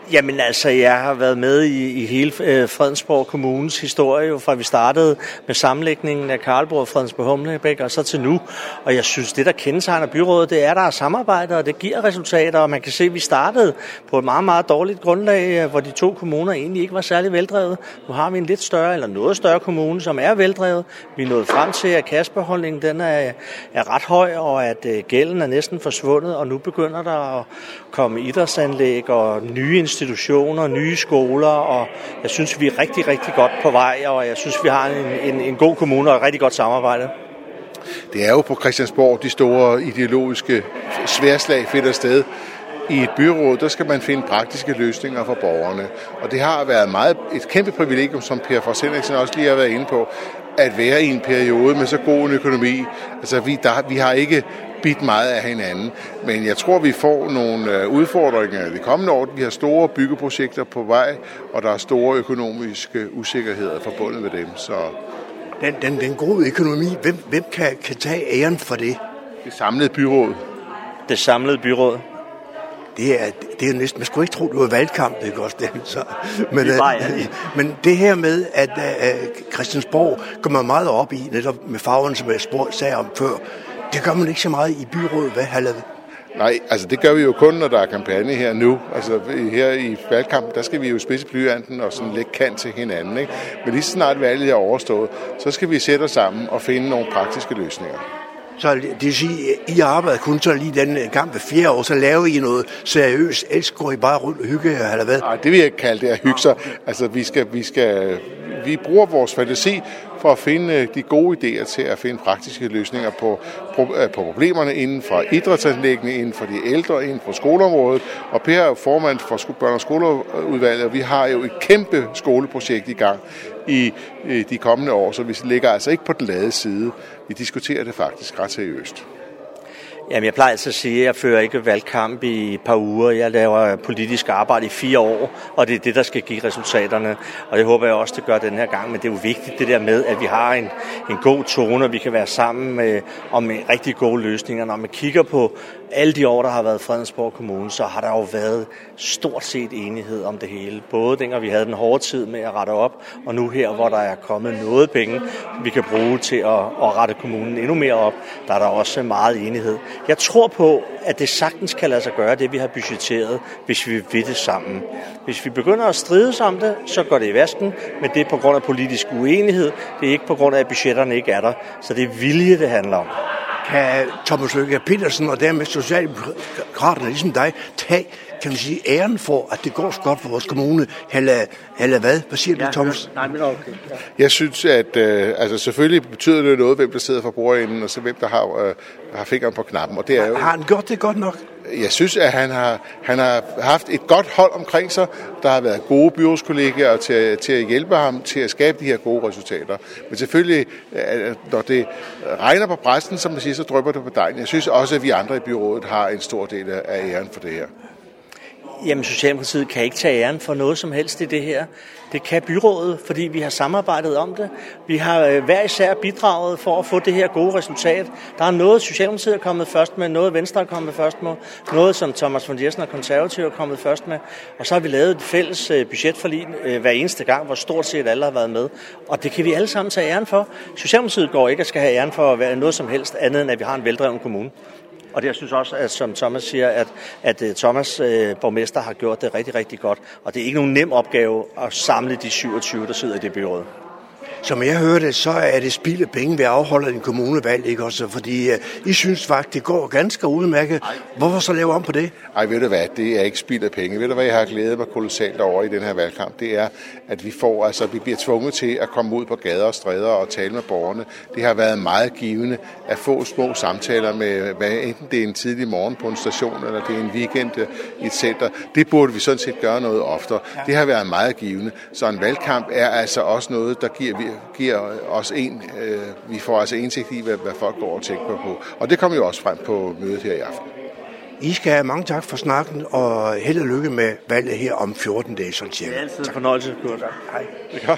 Jamen altså, jeg har været med i hele Fredensborg Kommunes historie, jo, fra vi startede med sammenlægningen af Karlsborg og Fredensborg Humlebæk og så til nu. Og jeg synes, det der kendetegner byrådet, det er, der er samarbejde, og det giver resultater. Og man kan se, at vi startede på et meget, meget dårligt grundlag, hvor de 2 kommuner egentlig ikke var særlig veldrevet. Nu har vi en lidt større, eller noget større kommune, som er veldrevet. Vi er nået frem til, at kassebeholdningen den er ret høj, og at gælden er næsten forsvundet, og nu begynder der at komme idrætsanlæg og nye institutioner, nye skoler, og jeg synes, vi er rigtig, rigtig godt på vej, og jeg synes, vi har en god kommune og et rigtig godt samarbejde. Det er jo på Christiansborg, de store ideologiske sværslag finder sted. I et byråd, der skal man finde praktiske løsninger for borgerne, og det har været et kæmpe privilegium, som Per Fors Henriksen også lige har været inde på, at være i en periode med så god en økonomi. Altså, vi har ikke bidt meget af hinanden, men jeg tror, vi får nogle udfordringer i de kommende år. Vi har store byggeprojekter på vej, og der er store økonomiske usikkerheder forbundet med dem. Så den gode økonomi, hvem kan tage æren for det? Det samlede byråd. Det samlede byråd. Det er næsten, man skulle ikke tro, det var valgkamp, ikke også det? Så, men det her med, at Christiansborg går man meget op i, netop med farverne, som jeg sagde om før, det gør man ikke så meget i byrådet, hvad Hallet? Nej, altså det gør vi jo kun, når der er kampagne her nu. Altså her i valgkampen, der skal vi jo spidse blyanten og sådan lægge kant til hinanden, ikke? Men lige så snart valget er overstået, så skal vi sætte os sammen og finde nogle praktiske løsninger. Så det vil sige, I arbejder kun så lige den gang ved 4 år, så laver I noget seriøst, ellers går I bare rundt og hygge, eller hvad? Nej, det vil jeg ikke kalde det at hygge sig. Altså vi bruger vores fantasi for at finde de gode idéer til at finde praktiske løsninger på problemerne inden for idrætsanlæggene, inden for de ældre, inden for skoleområdet. Og Per er jo formand for børne- og skoleudvalget, og vi har jo et kæmpe skoleprojekt i gang i de kommende år, så vi ligger altså ikke på den lade side. Vi diskuterer det faktisk ret seriøst. Jamen, jeg plejer altså at sige, at jeg fører ikke valgkamp i et par uger. Jeg laver politisk arbejde i 4 år, og det er det, der skal give resultaterne. Og det håber jeg også, det gør den her gang. Men det er jo vigtigt det der med, at vi har en god tone, og vi kan være sammen om rigtig gode løsninger. Når man kigger på alle de år, der har været Fredensborg Kommune, så har der jo været stort set enighed om det hele. Både dengang vi havde den hårde tid med at rette op, og nu her, hvor der er kommet noget penge, vi kan bruge til at rette kommunen endnu mere op, der er der også meget enighed. Jeg tror på, at det sagtens kan lade sig gøre, det vi har budgetteret, hvis vi vil det sammen. Hvis vi begynder at strides om det, så går det i vasken, men det er på grund af politisk uenighed. Det er ikke på grund af, at budgetterne ikke er der. Så det er vilje, det handler om. Kan Thomas Løkke Petersen og dermed Socialdemokraterne ligesom dig tage, kan man sige, æren for, at det går så godt for vores kommune, eller hvad? Hvad siger du, Thomas? Nej, men okay. Ja. Jeg synes, at selvfølgelig betyder det noget, hvem der sidder for bordenden, og så hvem der har fingeren på knappen. Og det er jo... Har han gjort det godt nok? Jeg synes, at han har haft et godt hold omkring sig. Der har været gode byrådskollegaer til at hjælpe ham til at skabe de her gode resultater. Men selvfølgelig, når det regner på præsten, som man siger, så drypper det på dejen. Jeg synes også, at vi andre i byrådet har en stor del af æren for det her. Jamen, Socialdemokratiet kan ikke tage æren for noget som helst i det her. Det kan byrådet, fordi vi har samarbejdet om det. Vi har hver især bidraget for at få det her gode resultat. Der er noget, Socialdemokratiet er kommet først med, noget Venstre er kommet først med, noget som Thomas von Jessen og Konservative er kommet først med. Og så har vi lavet et fælles budgetforlig hver eneste gang, hvor stort set alle har været med. Og det kan vi alle sammen tage æren for. Socialdemokratiet går ikke at skal have æren for at være noget som helst andet, end at vi har en veldreven kommune. Og det jeg synes også, at som Thomas siger, at Thomas borgmester har gjort det rigtig, rigtig godt. Og det er ikke nogen nem opgave at samle de 27, der sidder i det byråd. Som jeg hørte, så er det spild af penge ved at afholde en kommunevalg, ikke også? Fordi I synes faktisk, det går ganske udmærket. Hvorfor så lave om på det? Ej, ved du hvad, det er ikke spild af penge. Ved du hvad, jeg har glædet mig kolossalt over i den her valgkamp? Det er, at vi bliver tvunget til at komme ud på gader og stræder og tale med borgerne. Det har været meget givende at få små samtaler med, hvad enten det er en tidlig morgen på en station, eller det er en weekend i et center. Det burde vi sådan set gøre noget oftere. Det har været meget givende. Så en valgkamp er altså også noget, der giver os vi får altså indsigt i, hvad folk går og tænker på. Og det kommer jo også frem på mødet her i aften. I skal have mange tak for snakken, og held og lykke med valget her om 14 dage, sådan cirka. Det er altid en fornøjelse. Hej. Ja.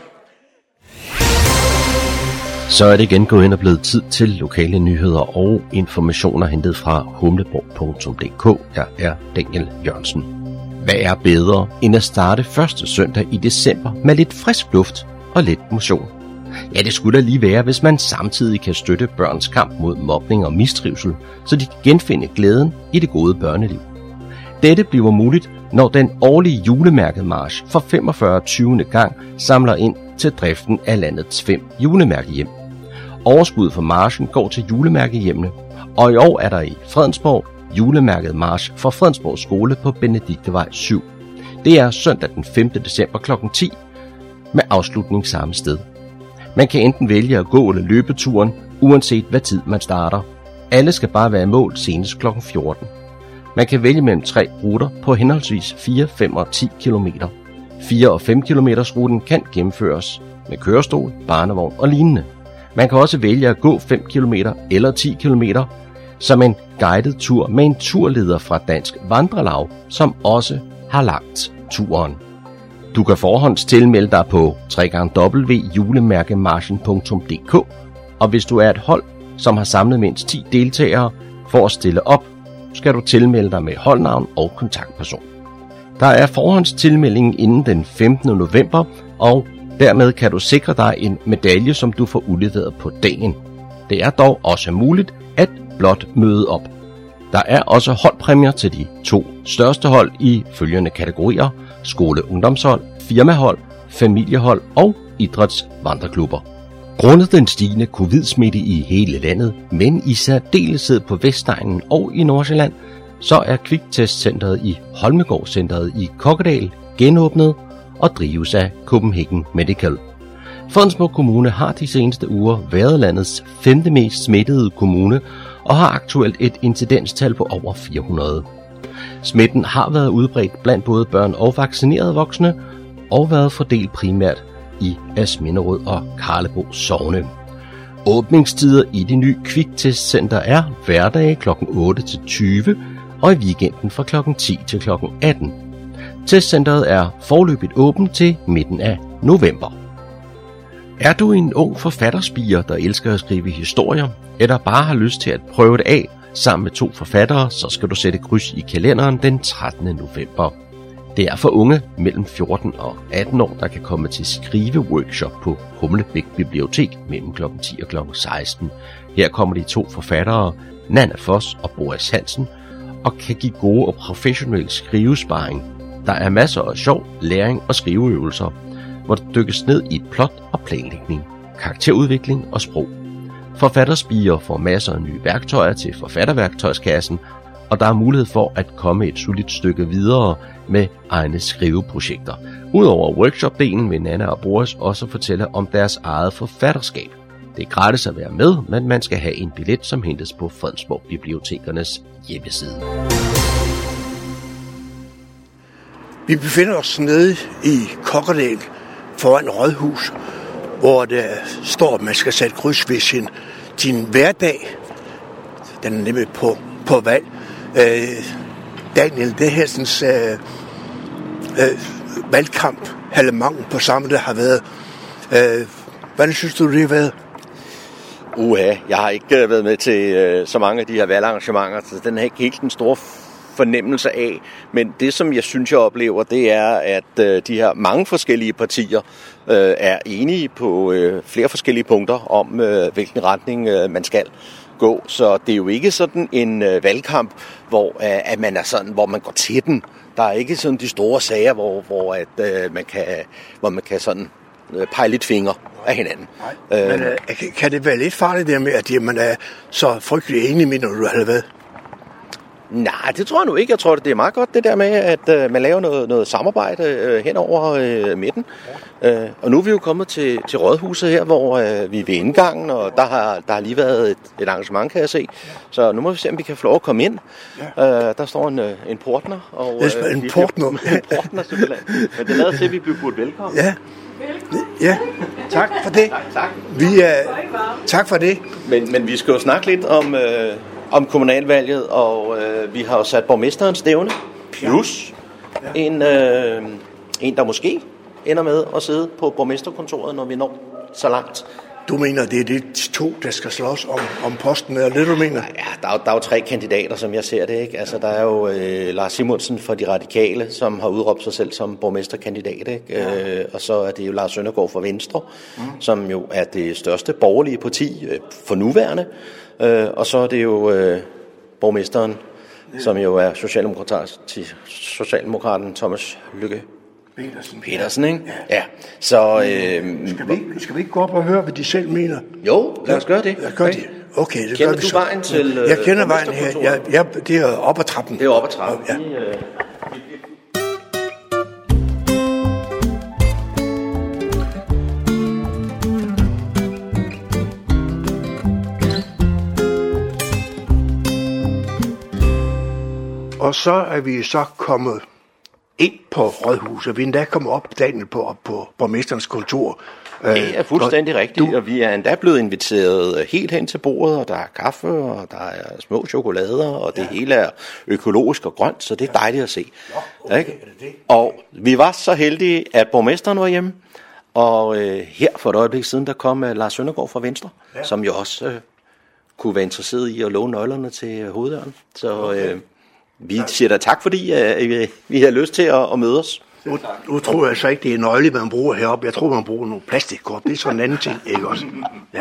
Så er det igen gået ind og blevet tid til lokale nyheder og informationer hentet fra humleborg.dk. Jeg er Daniel Jørgensen. Hvad er bedre end at starte første søndag i december med lidt frisk luft og lidt motion? Ja, det skulle da lige være, hvis man samtidig kan støtte børns kamp mod mobning og mistrivsel, så de kan genfinde glæden i det gode børneliv. Dette bliver muligt, når den årlige julemærkemarch for 45. 20. gang samler ind til driften af landets 5 julemærkehjem. Overskuddet for marchen går til julemærkehjemmene, og i år er der i Fredensborg julemærket march for Fredensborg Skole på Benediktevej 7. Det er søndag den 5. december kl. 10 med afslutning samme sted. Man kan enten vælge at gå eller løbe turen, uanset hvad tid man starter. Alle skal bare være i mål senest kl. 14. Man kan vælge mellem 3 ruter på henholdsvis 4, 5 og 10 km. 4 og 5 km ruten kan gennemføres med kørestol, barnevogn og lignende. Man kan også vælge at gå 5 km eller 10 km som en guided tur med en turleder fra Dansk Vandrelag, som også har lagt turen. Du kan forhåndstilmelde dig på www.julemærkemarchen.dk, og hvis du er et hold, som har samlet mindst 10 deltagere for at stille op, skal du tilmelde dig med holdnavn og kontaktperson. Der er forhåndstilmeldingen inden den 15. november, og dermed kan du sikre dig en medalje, som du får udleveret på dagen. Det er dog også muligt at blot møde op. Der er også holdpræmier til de 2 største hold i følgende kategorier: skole-ungdomshold, firmahold, familiehold og idrætsvandreklubber. Grundet den stigende covid-smitte i hele landet, men i særdeleshed på Vestegnen og i Nordsjælland, så er kviktestcenteret i Holmegård-centret i Kokkedal genåbnet og drives af Copenhagen Medical. Fredensborg Kommune har de seneste uger været landets 5. mest smittede kommune og har aktuelt et incidenstal på over 400. Smitten har været udbredt blandt både børn og vaccinerede voksne og været fordelt primært i Asminderød og Karlebo sogne. Åbningstider i det nye kviktestcenter er hverdage kl. 8 til 20 og i weekenden fra kl. 10 til kl. 18. Testcenteret er foreløbigt åbent til midten af november. Er du en ung forfatterspirer, der elsker at skrive historier, eller bare har lyst til at prøve det af sammen med 2 forfattere, så skal du sætte kryds i kalenderen den 13. november. Det er for unge mellem 14 og 18 år, der kan komme til skriveworkshop på Humlebæk Bibliotek mellem kl. 10 og kl. 16. Her kommer de 2 forfattere, Nanna Foss og Boris Hansen, og kan give gode og professionelle skrivesparring. Der er masser af sjov, læring og skriveøvelser, hvor der dykkes ned i et plot og planlægning, karakterudvikling og sprog. Forfatterspirer får masser af nye værktøjer til forfatterværktøjskassen, og der er mulighed for at komme et solidt stykke videre med egne skriveprojekter. Udover workshop-delen vil Nanna og Boris også fortælle om deres eget forfatterskab. Det er gratis at være med, men man skal have en billet, som hentes på Fredensborg Bibliotekernes hjemmeside. Vi befinder os nede i Kokkedal foran Rådhus, hvor der står, at man skal sætte kryds ved sin hverdag. Den er nemlig på valg. Daniel, det her sådan, valgkamp, halvmangen på samme, der har været. Hvordan synes du, det har været? Jeg har ikke været med til så mange af de her valgarrangementer, så den har ikke helt den store fornemmelse af. Men det, som jeg synes, jeg oplever, det er, at de her mange forskellige partier er enige på flere forskellige punkter om, hvilken retning man skal gå. Så det er jo ikke sådan en valgkamp, at man er sådan, hvor man går til den. Der er ikke sådan de store sager, hvor man kan sådan pege lidt fingre af hinanden. Men kan det være lidt farligt der med, at man er så frygtelig enig med, når du har været? Nej, det tror jeg nu ikke. Jeg tror, det er meget godt det der med, at man laver noget samarbejde hen over midten. Og nu er vi jo kommet til Rådhuset her, hvor vi er ved indgangen, og der har lige været et arrangement, kan jeg se. Så nu må vi se, om vi kan få lov at komme ind. Ja. Der står en portner. Og, en portner? En portner, simpelthen. Men det lader til, at vi bliver budt velkommen. Ja. Ja, tak for det. Tak. Tak for det. Men vi skal jo snakke lidt om kommunalvalget, og vi har jo sat borgmesterens stævne, plus en, der måske ender med at sidde på borgmesterkontoret, når vi når så langt. Du mener, det er de to, der skal slås om posten, eller det du mener? Ja, der er jo 3 kandidater, som jeg ser det, ikke? Altså, der er jo Lars Simonsen fra De Radikale, som har udråbt sig selv som borgmesterkandidat, ikke? Ja. Og så er det jo Lars Søndergaard fra Venstre, som jo er det største borgerlige parti for nuværende. Og så er det jo borgmesteren, som jo er socialdemokraten Thomas Lykke Petersen, ikke? Ja. Så, skal vi ikke gå op og høre, hvad de selv mener? Jo, lad os gøre det. Okay, det kender gør vi du så. Vejen til... Jeg kender vejen her. Det er op ad trappen. Det er op ad trappen. Ja. Og så er vi så kommet ind på rådhuset. Vi er endda kommet op, Daniel, på borgmesterens kontor. Det er fuldstændig rigtigt, og vi er endda blevet inviteret helt hen til bordet, og der er kaffe, og der er små chokolader, og det hele er økologisk og grønt, så det er dejligt at se. Okay, og vi var så heldige, at borgmesteren var hjemme, og her for et øjeblik siden, der kom Lars Søndergaard fra Venstre, som jo også kunne være interesseret i at låne nøglerne til hoveddøren. Så vi siger da tak, fordi vi har lyst til at møde os. Nu tror jeg så ikke, det er nøgle, man bruger heroppe. Jeg tror, man bruger nogle plastikkort. Det er sådan en anden ting, ikke også? Ja,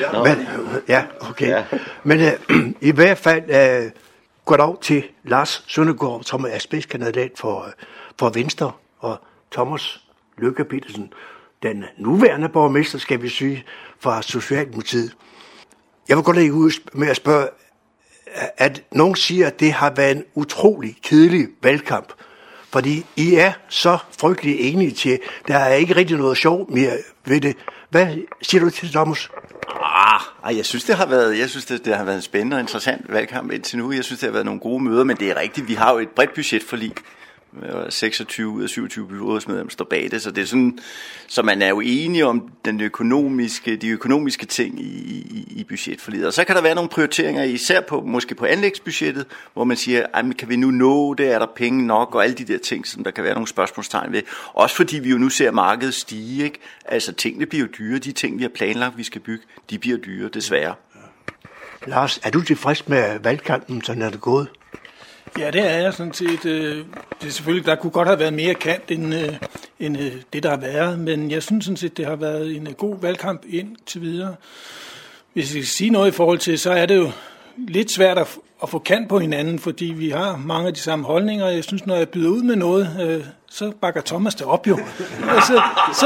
ja okay. Ja. Men i hvert fald går det over til Lars Søndergaard, som er spidskandidat for Venstre, og Thomas Lykke Petersen, den nuværende borgmester, skal vi sige, fra Socialdemokratiet. Jeg vil godt lægge ud med at spørge, at nogen siger, at det har været en utrolig kedelig valgkamp. Fordi I er så frygtelig enige til, der er ikke rigtig noget sjov mere ved det. Hvad siger du til det, Thomas? Jeg synes, det har været en spændende og interessant valgkamp indtil nu. Jeg synes, det har været nogle gode møder, men det er rigtigt. Vi har jo et bredt budgetforlig. 26 ud af 27 byrådsmedlemmer står bag det, så det er sådan, så man er jo enige om de økonomiske ting i budgetforliget. Og så kan der være nogle prioriteringer, især måske på anlægsbudgettet, hvor man siger, kan vi nu nå det, er der penge nok, og alle de der ting, som der kan være nogle spørgsmålstegn ved. Også fordi vi jo nu ser markedet stige, ikke? Altså tingene bliver jo dyre, de ting vi har planlagt, vi skal bygge, de bliver dyre, desværre. Lars, er du tilfreds med valgkampen, sådan er det gået? Ja, det er jeg sådan set. Det er selvfølgelig, der kunne godt have været mere kant end det, der har været, men jeg synes sådan set, det har været en god valgkamp indtil videre. Hvis jeg skal sige noget i forhold til, så er det jo lidt svært at få kant på hinanden, fordi vi har mange af de samme holdninger. Jeg synes, når jeg byder ud med noget, så bakker Thomas det op jo. Altså,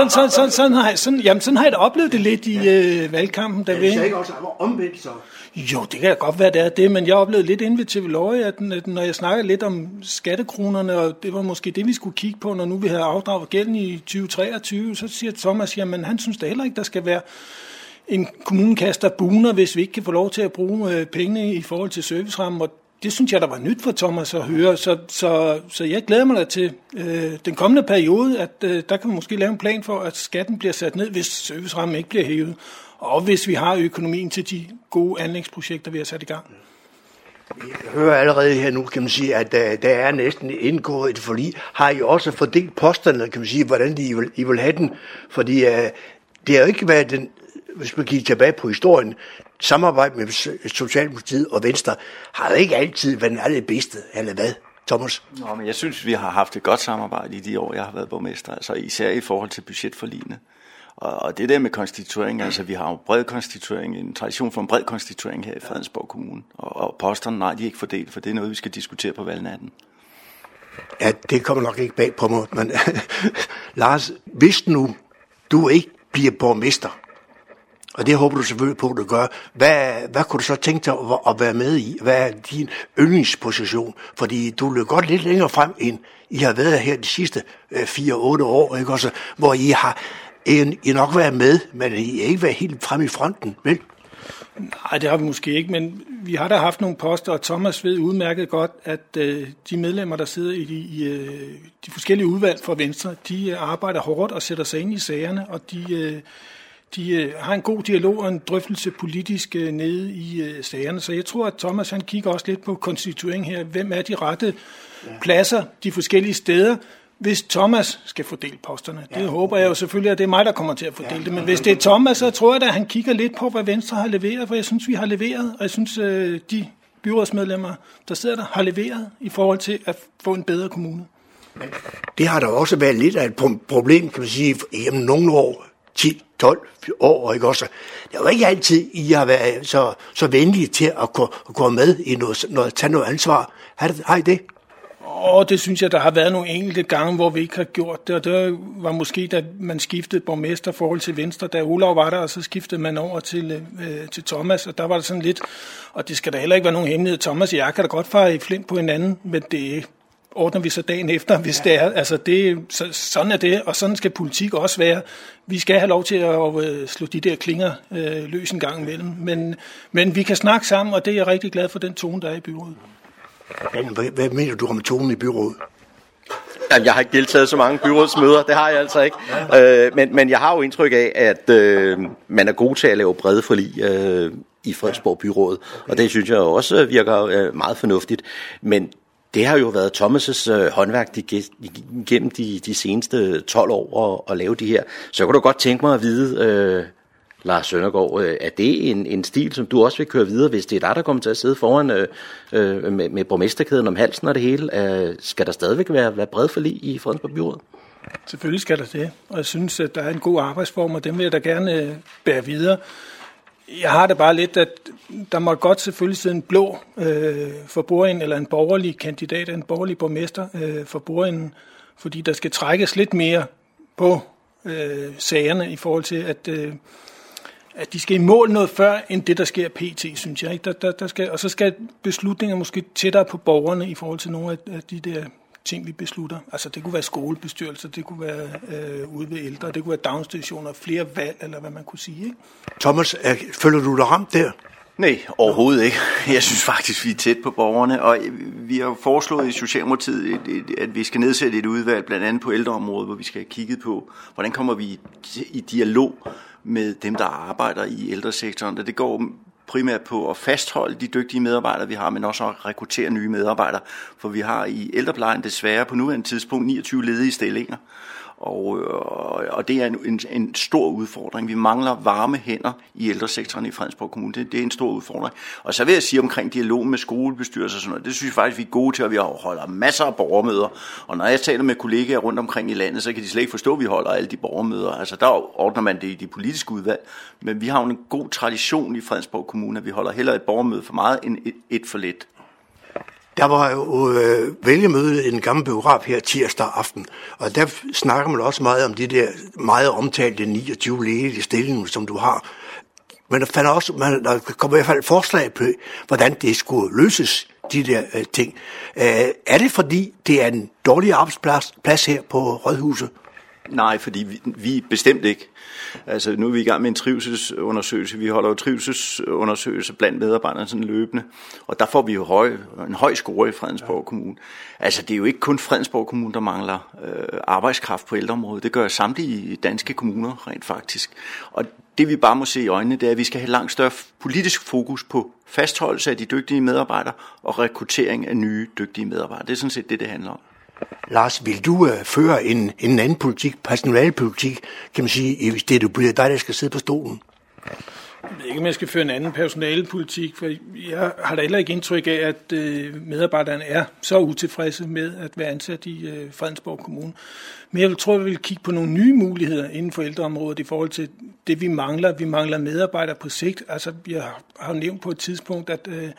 sådan har jeg da oplevet det lidt i valgkampen. Det er ikke også omvendt så? Jo, det kan godt være, det er det, men jeg oplevede lidt inde ved TV Løje, at når jeg snakker lidt om skattekronerne, og det var måske det, vi skulle kigge på, når nu vi havde afdraget gælden i 2023, så siger Thomas, jamen han synes da heller ikke, der skal være en kommunekasse, der buner, hvis vi ikke kan få lov til at bruge pengene i forhold til servicerammen, og det synes jeg, der var nyt for Thomas at høre, så jeg glæder mig da til den kommende periode, at der kan vi måske lave en plan for, at skatten bliver sat ned, hvis servicerammen ikke bliver hævet, og hvis vi har økonomien til de gode anlægsprojekter, vi har sat i gang. Jeg hører allerede her nu, kan man sige, at der er næsten indgået et forlig. Har I også fordelt posterne, kan man sige, hvordan I vil have den? Fordi det har jo ikke været den, hvis man kigger tilbage på historien, samarbejde med Socialdemokratiet og Venstre har jo ikke altid været den allerbedste, eller hvad, Thomas? Nå, men jeg synes, vi har haft et godt samarbejde i de år, jeg har været borgmester, altså især i forhold til budgetforligene. Og det der med konstituering, altså vi har jo bred konstituering, en tradition for en bred konstituering her i Fredensborg Kommune. Og posterne, nej, de er ikke fordelt, for det er noget, vi skal diskutere på valgnatten. Ja, det kommer nok ikke bag på mig, men Lars, hvis nu du ikke bliver borgmester, og det håber du selvfølgelig på, at du gør, hvad kunne du så tænke dig at være med i? Hvad er din yndlingsposition? Fordi du løber godt lidt længere frem, end I har været her de sidste 4-8 år, ikke? Også, hvor I har I nok været med, men I har ikke været helt frem i fronten, vel? Nej, det har vi måske ikke, men vi har da haft nogle poster, og Thomas ved udmærket godt, at de medlemmer, der sidder i de forskellige udvalg fra Venstre, de arbejder hårdt og sætter sig ind i sagerne, og de har en god dialog og en drøftelse politisk nede i sagerne. Så jeg tror, at Thomas han kigger også lidt på konstituering her. Hvem er de rette pladser de forskellige steder? hvis Thomas skal fordele posterne. Det håber jeg jo selvfølgelig, at det er mig, der kommer til at fordele det. Men hvis det er Thomas, så tror jeg, at han kigger lidt på, hvad Venstre har leveret. For jeg synes, vi har leveret, og jeg synes, de byrådsmedlemmer, der sidder der, har leveret i forhold til at få en bedre kommune. Det har der også været lidt af et problem, kan man sige, gennem nogle år, 10, 12 år, ikke også? Det er jo ikke altid, I har været så venlige til at gå med i noget, tage noget ansvar. Har I det? Det synes jeg, der har været nogle enkelte gange, hvor vi ikke har gjort det, og det var måske, da man skiftede borgmester i forhold til Venstre, da Olav var der, og så skiftede man over til Thomas, og der var det sådan lidt, og det skal da heller ikke være nogen hemmelighed, Thomas og jeg kan da godt fare i flint på hinanden, men det ordner vi så dagen efter, hvis det er. Altså sådan er det, og sådan skal politik også være. Vi skal have lov til at slå de der klinger løs en gang imellem, men vi kan snakke sammen, og det er jeg rigtig glad for, den tone, der er i byrådet. Hvad mener du om tonen i byrådet? Jeg har ikke deltaget så mange byrådsmøder, det har jeg altså ikke. Men jeg har jo indtryk af, at man er god til at lave brede forlig i Fredensborg Byråd, og det synes jeg også virker meget fornuftigt. Men det har jo været Thomas' håndværk gennem de seneste 12 år at lave de her. Så jeg kunne da godt tænke mig at vide, Lars Søndergaard, er det en stil, som du også vil køre videre, hvis det er dig, der kommer til at sidde foran med borgmesterkæden om halsen og det hele? Skal der stadigvæk være bred forlig i Fredensborg Byråd? Selvfølgelig skal der det, og jeg synes, at der er en god arbejdsform, og dem vil jeg da gerne bære videre. Jeg har det bare lidt, at der må godt selvfølgelig sidde en blå for bordenden, eller en borgerlig kandidat, en borgerlig borgmester for bordenden, fordi der skal trækkes lidt mere på sagerne i forhold til, at de skal i mål noget før, end det, der sker pt, synes jeg. Ikke? Der skal, og så skal beslutninger måske tættere på borgerne i forhold til nogle af de der ting, vi beslutter. Altså det kunne være skolebestyrelser, det kunne være ude ved ældre, det kunne være daginstitutioner, flere valg, eller hvad man kunne sige. Ikke? Thomas, føler du dig ramt der? Nej, overhovedet ikke. Jeg synes faktisk, vi er tæt på borgerne, og vi har foreslået i Socialdemokratiet, at vi skal nedsætte et udvalg, blandt andet på ældreområdet, hvor vi skal have kigget på, hvordan kommer vi i dialog med dem, der arbejder i ældresektoren. Det går primært på at fastholde de dygtige medarbejdere, vi har, men også at rekruttere nye medarbejdere, for vi har i ældreplejen desværre på nuværende tidspunkt 29 ledige stillinger. Og det er en stor udfordring. Vi mangler varme hænder i ældresektoren i Fredensborg Kommune. Det er en stor udfordring. Og så vil jeg sige omkring dialog med skolebestyrelser og sådan noget, det synes jeg faktisk, vi er gode til, at vi holder masser af borgermøder. Og når jeg taler med kollegaer rundt omkring i landet, så kan de slet ikke forstå, at vi holder alle de borgermøder. Altså der ordner man det i de politiske udvalg. Men vi har jo en god tradition i Fredensborg Kommune, at vi holder hellere et borgermøde for meget end et for lidt. Der var jo vælgermøde i den gamle biograf her tirsdag aften, og der snakker man også meget om de der meget omtalte 29 ledige stillinger, som du har. Men der kommer i hvert fald et forslag på, hvordan det skulle løses, de der ting. Er det fordi, det er en dårlig arbejdsplads her på Rådhuset? Nej, fordi vi bestemt ikke. Altså nu er vi i gang med en trivselsundersøgelse. Vi holder jo trivselsundersøgelse blandt medarbejderne sådan løbende. Og der får vi jo en høj score i Fredensborg Kommune. Altså det er jo ikke kun Fredensborg Kommune, der mangler arbejdskraft på ældreområdet. Det gør samtlige danske kommuner rent faktisk. Og det vi bare må se i øjnene, det er, at vi skal have langt større politisk fokus på fastholdelse af de dygtige medarbejdere og rekruttering af nye dygtige medarbejdere. Det er sådan set det handler om. Lars, vil du føre en anden politik, personalepolitik, kan man sige, hvis det bliver dig, der skal sidde på stolen? Jeg ved ikke, om jeg skal føre en anden personalepolitik, for jeg har da heller ikke indtryk af, at medarbejderne er så utilfredse med at være ansat i Fredensborg Kommune. Men jeg tror, vi vil kigge på nogle nye muligheder inden for ældreområdet i forhold til det, vi mangler. Vi mangler medarbejdere på sigt. Altså, jeg har nævnt på et tidspunkt,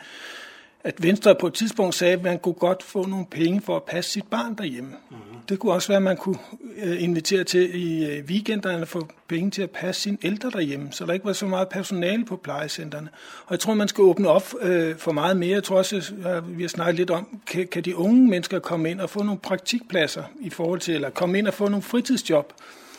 at Venstre på et tidspunkt sagde, at man kunne godt få nogle penge for at passe sit barn derhjemme. Mm-hmm. Det kunne også være, at man kunne invitere til i weekenderne at få penge til at passe sine ældre derhjemme, så der ikke var så meget personale på plejecentrene. Og jeg tror, man skal åbne op for meget mere. Jeg tror også, vi har snakket lidt om, kan de unge mennesker komme ind og få nogle praktikpladser i forhold til, eller komme ind og få nogle fritidsjob.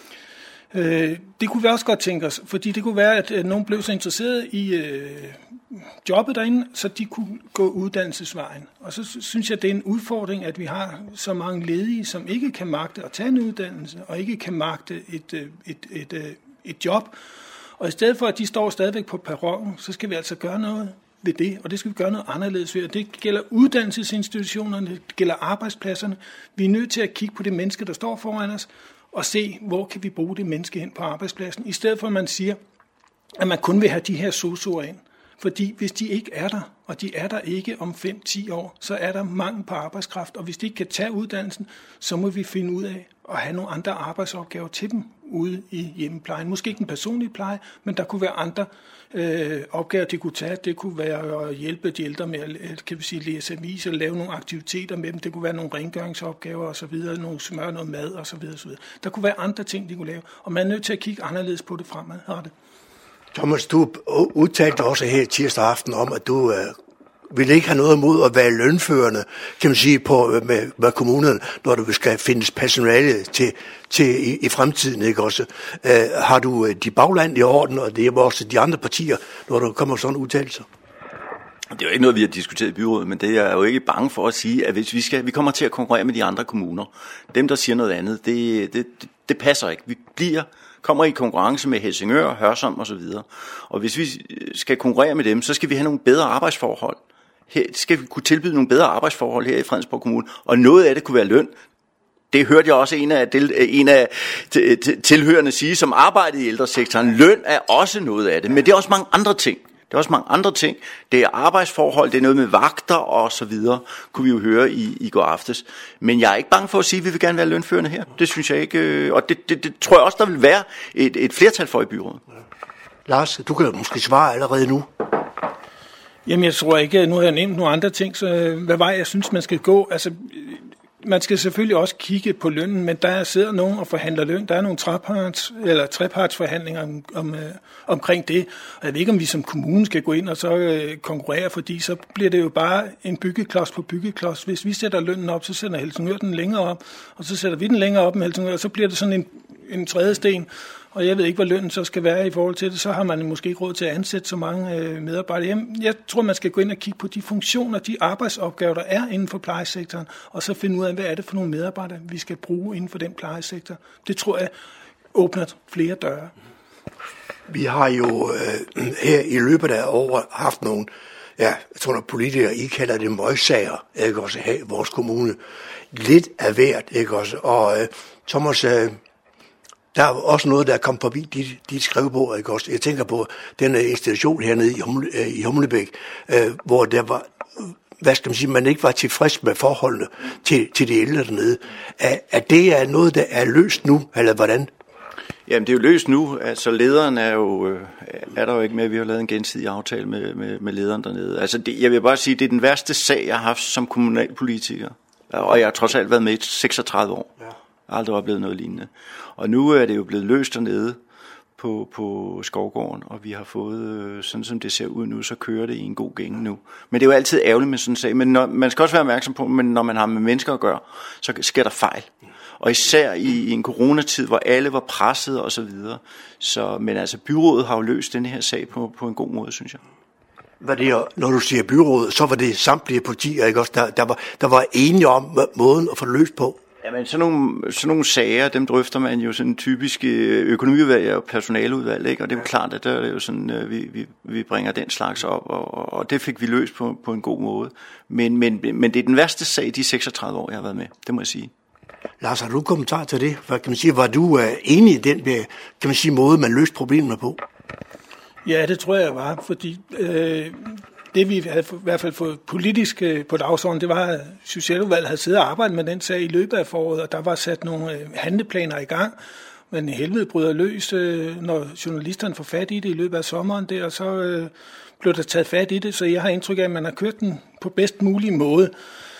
Det kunne vi også godt tænke os, fordi det kunne være, at nogen blev så interesseret i jobbet derinde, så de kunne gå uddannelsesvejen. Og så synes jeg, det er en udfordring, at vi har så mange ledige, som ikke kan magte at tage en uddannelse, og ikke kan magte et job. Og i stedet for, at de står stadigvæk på perronen, så skal vi altså gøre noget. ved det, og det skal vi gøre noget anderledes ved, og det gælder uddannelsesinstitutionerne, det gælder arbejdspladserne. Vi er nødt til at kigge på det menneske, der står foran os, og se, hvor kan vi bruge det menneske hen på arbejdspladsen, i stedet for at man siger, at man kun vil have de her sosuer ind. Fordi hvis de ikke er der, og de er der ikke om 5-10 år, så er der mangel på arbejdskraft. Og hvis de ikke kan tage uddannelsen, så må vi finde ud af at have nogle andre arbejdsopgaver til dem ude i hjemmeplejen. Måske ikke den personlige pleje, men der kunne være andre opgaver, de kunne tage. Det kunne være at hjælpe de ældre med at læse avis eller lave nogle aktiviteter med dem. Det kunne være nogle rengøringsopgaver osv., nogle smør, noget mad osv. Der kunne være andre ting, de kunne lave. Og man er nødt til at kigge anderledes på det fremadrettet. Thomas, du udtalte også her tirsdag aften om, at du vil ikke have noget imod at være lønførende, kan man sige, med kommunerne, når du skal findes personale til i fremtiden, ikke også? Har du de bagland i orden, og det er også de andre partier, når der kommer sådan udtalelser? Det er jo ikke noget, vi har diskuteret i byrådet, men det er jo ikke bange for at sige, at hvis vi kommer til at konkurrere med de andre kommuner, dem der siger noget andet, det passer ikke. Vi kommer i konkurrence med Helsingør, Hørsholm osv. Og hvis vi skal konkurrere med dem, så skal vi have nogle bedre arbejdsforhold. Her skal vi kunne tilbyde nogle bedre arbejdsforhold her i Fredensborg Kommune, og noget af det kunne være løn. Det hørte jeg også en af tilhørende sige, som arbejdede i ældresektoren. Løn er også noget af det, men det er også mange andre ting. Det er arbejdsforhold, det er noget med vagter og så videre, kunne vi jo høre i går aftes. Men jeg er ikke bange for at sige, at vi vil gerne være lønførende her. Det synes jeg ikke, og det tror jeg også, der vil være et flertal for i byrådet. Lars, du kan måske svare allerede nu. Jamen jeg tror ikke, nu har jeg nævnt nogle andre ting, så hvad vej jeg synes, man skal gå. Altså, man skal selvfølgelig også kigge på lønnen, men der sidder nogen og forhandler løn. Der er nogle trepartsforhandlinger omkring det. Og jeg ved ikke, om vi som kommune skal gå ind og så konkurrere, fordi så bliver det jo bare en byggeklods på byggeklods. Hvis vi sætter lønnen op, så sætter Helsingør den længere op, og så sætter vi den længere op med Helsingør, og så bliver det sådan en tredje sten. Og jeg ved ikke, hvad lønnen så skal være i forhold til det. Så har man måske ikke råd til at ansætte så mange medarbejdere. Jeg tror, man skal gå ind og kigge på de funktioner, de arbejdsopgaver, der er inden for plejesektoren, og så finde ud af, hvad er det for nogle medarbejdere, vi skal bruge inden for den plejesektor. Det tror jeg åbner flere døre. Vi har jo her i løbet af året haft nogle, jeg tror, når politikere, I kalder det møgsager, ikke også her i vores kommune. Lidt af hvert, ikke også? Og Thomas, der er også noget, der er kommet forbi dit skrivebord, ikke også? Jeg tænker på den institution hernede i Humlebæk, hvor der var, hvad skal man sige, man ikke var tilfreds med forholdene til de ældre dernede. Er det noget, der er løst nu, eller hvordan? Jamen, det er jo løst nu. Altså, lederen er der jo ikke med. Vi har lavet en gensidig aftale med lederen dernede. Altså, jeg vil bare sige, det er den værste sag, jeg har haft som kommunalpolitiker. Og jeg har trods alt været med i 36 år. Ja. Jeg har aldrig oplevet noget lignende. Og nu er det jo blevet løst dernede på Skovgården, og vi har fået, sådan som det ser ud nu, så kører det i en god gænge nu. Men det er jo altid ærgerligt med sådan en sag. Men man skal også være opmærksom på, at når man har med mennesker at gøre, så sker der fejl. Og især i en coronatid, hvor alle var presset og så videre. Men altså, byrådet har jo løst den her sag på en god måde, synes jeg. Når du siger byrådet, så var det samtlige partier, ikke også, der var enige om måden at få løst på? Jamen, sådan nogle sager, dem drøfter man jo sådan typisk økonomiudvalg og personaleudvalg, ikke? Og det er jo klart, at der er jo sådan, vi bringer den slags op, og det fik vi løst på en god måde. Men det er den værste sag, de 36 år, jeg har været med, det må jeg sige. Lars, har du en kommentar til det? Hvad kan man sige, var du enig i den, kan man sige, måde, man løste problemerne på? Ja, det tror jeg var, fordi det vi havde i hvert fald fået politisk på dagsordenen, det var, at Socialudvalget havde siddet og arbejdet med den sag i løbet af foråret, og der var sat nogle handleplaner i gang, men helvede bryder løs, når journalisterne får fat i det i løbet af sommeren der, og så blev der taget fat i det, så jeg har indtryk af, at man har kørt den på bedst mulig måde.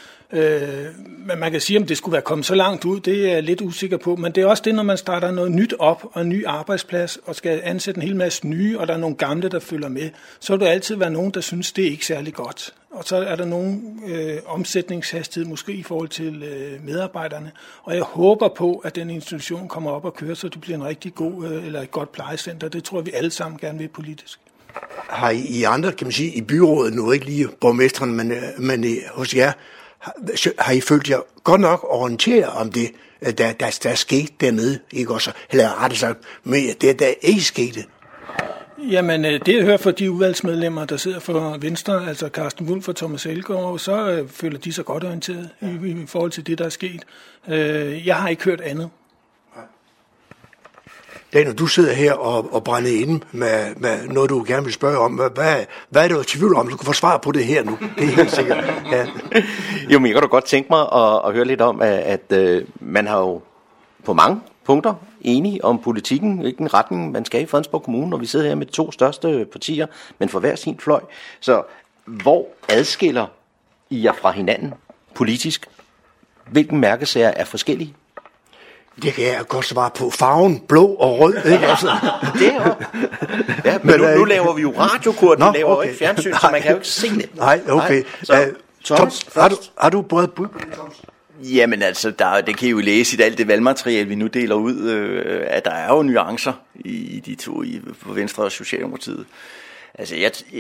Men man kan sige, om det skulle være kommet så langt ud, det er jeg lidt usikker på, men det er også det, når man starter noget nyt op og en ny arbejdsplads og skal ansætte en hel masse nye, og der er nogle gamle, der følger med, så vil der altid være nogen, der synes, det er ikke særlig godt. Og så er der nogen omsætningshastighed måske i forhold til medarbejderne, og jeg håber på, at den institution kommer op og kører, så det bliver en rigtig god eller et godt plejecenter. Det tror vi alle sammen gerne vil politisk. Har I andre, kan man sige, i byrådet, nu ikke lige borgmesteren, men hos jer, har I følt jer godt nok orienteret om det, der er sket dernede, ikke også? Eller rettere sagt, med det, der ikke skete? Jamen, det jeg hører fra de udvalgsmedlemmer, der sidder for Venstre, altså Carsten Wulff og Thomas Elgaard, så føler de sig godt orienteret i forhold til det, der er sket. Jeg har ikke hørt andet. Daniel, du sidder her og brænder inde med noget, du gerne vil spørge om. Hvad er det, du tvivl om? Du kan få svar på det her nu. Det er helt sikkert. Ja. Jo, men jeg kan da godt tænke mig at høre lidt om, at man har jo på mange punkter enige om politikken, hvilken retning man skal i Fredensborg Kommune, og vi sidder her med de 2 største partier, men for hver sin fløj. Så hvor adskiller I jer fra hinanden politisk? Hvilken mærkesager er forskellige? Det kan jeg godt svare på. Farven, blå og rød, ikke? Altså. Det er jo. Ja, men nu laver vi jo radiokort, vi laver jo ikke fjernsyn, så man kan jo ikke se det. Nej, okay. Thomas, har du både bud på det, Thomas? Jamen altså, det kan I jo læse i alt det valgmateriale, vi nu deler ud, at der er jo nuancer i de to, på Venstre og Socialdemokratiet. Altså,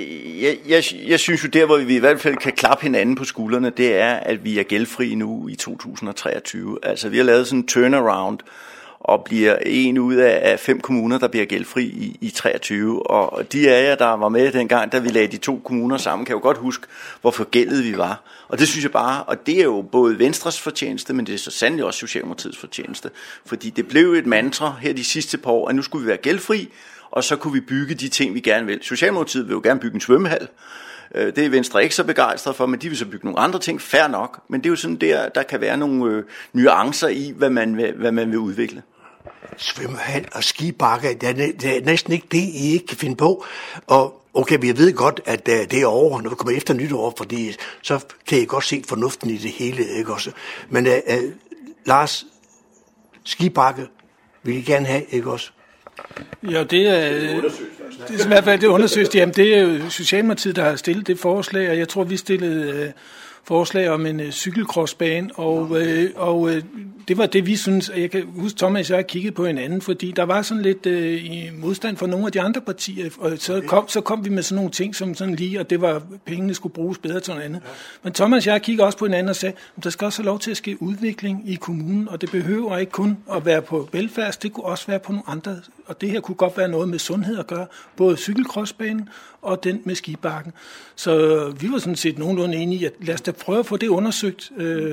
jeg synes jo, der hvor vi i hvert fald kan klappe hinanden på skuldrene, det er, at vi er gældfri nu i 2023. Altså, vi har lavet sådan en turnaround, og bliver en ud af 5 kommuner, der bliver gældfri i 23. Og de af jer, der var med dengang, da vi lagde de 2 kommuner sammen, kan jo godt huske, hvor forgældet vi var. Og det synes jeg bare, og det er jo både Venstres fortjeneste, men det er så sandelig også Socialdemokratiets fortjeneste. Fordi det blev et mantra her de sidste par år, at nu skulle vi være gældfri, og så kunne vi bygge de ting, vi gerne vil. Socialdemokratiet vil jo gerne bygge en svømmehal. Det er Venstre ikke så begejstret for, men de vil så bygge nogle andre ting. Fair nok, men det er jo sådan der kan være nogle nuancer i, hvad man vil udvikle. Svømmehal og skibakke, det er næsten ikke det, I ikke kan finde på. Og okay, vi ved godt, at det er over, når vi kommer efter nytår, fordi så kan I godt se fornuften i det hele, ikke også? Men Lars, skibakke vil I gerne have, ikke også? Ja, det er i hvert fald det undersøges. Jamen, det er jo Socialdemokratiet, der har stillet det forslag, og jeg tror, vi stillede forslag om en cykelcrossbane, og det var det, vi synes, og jeg kan huske, Thomas og jeg kiggede på hinanden, fordi der var sådan lidt i modstand for nogle af de andre partier, og så kom vi med sådan nogle ting, som sådan lige, og det var, pengene skulle bruges bedre til noget andet. Men Thomas og jeg kiggede også på hinanden og sagde, at der skal også have lov til at ske udvikling i kommunen, og det behøver ikke kun at være på velfærd, det kunne også være på nogle andre, og det her kunne godt være noget med sundhed at gøre, både cykelcrossbanen og den med skibakken. Så vi var sådan set nogenlunde enige i, at lad os da prøve at få det undersøgt.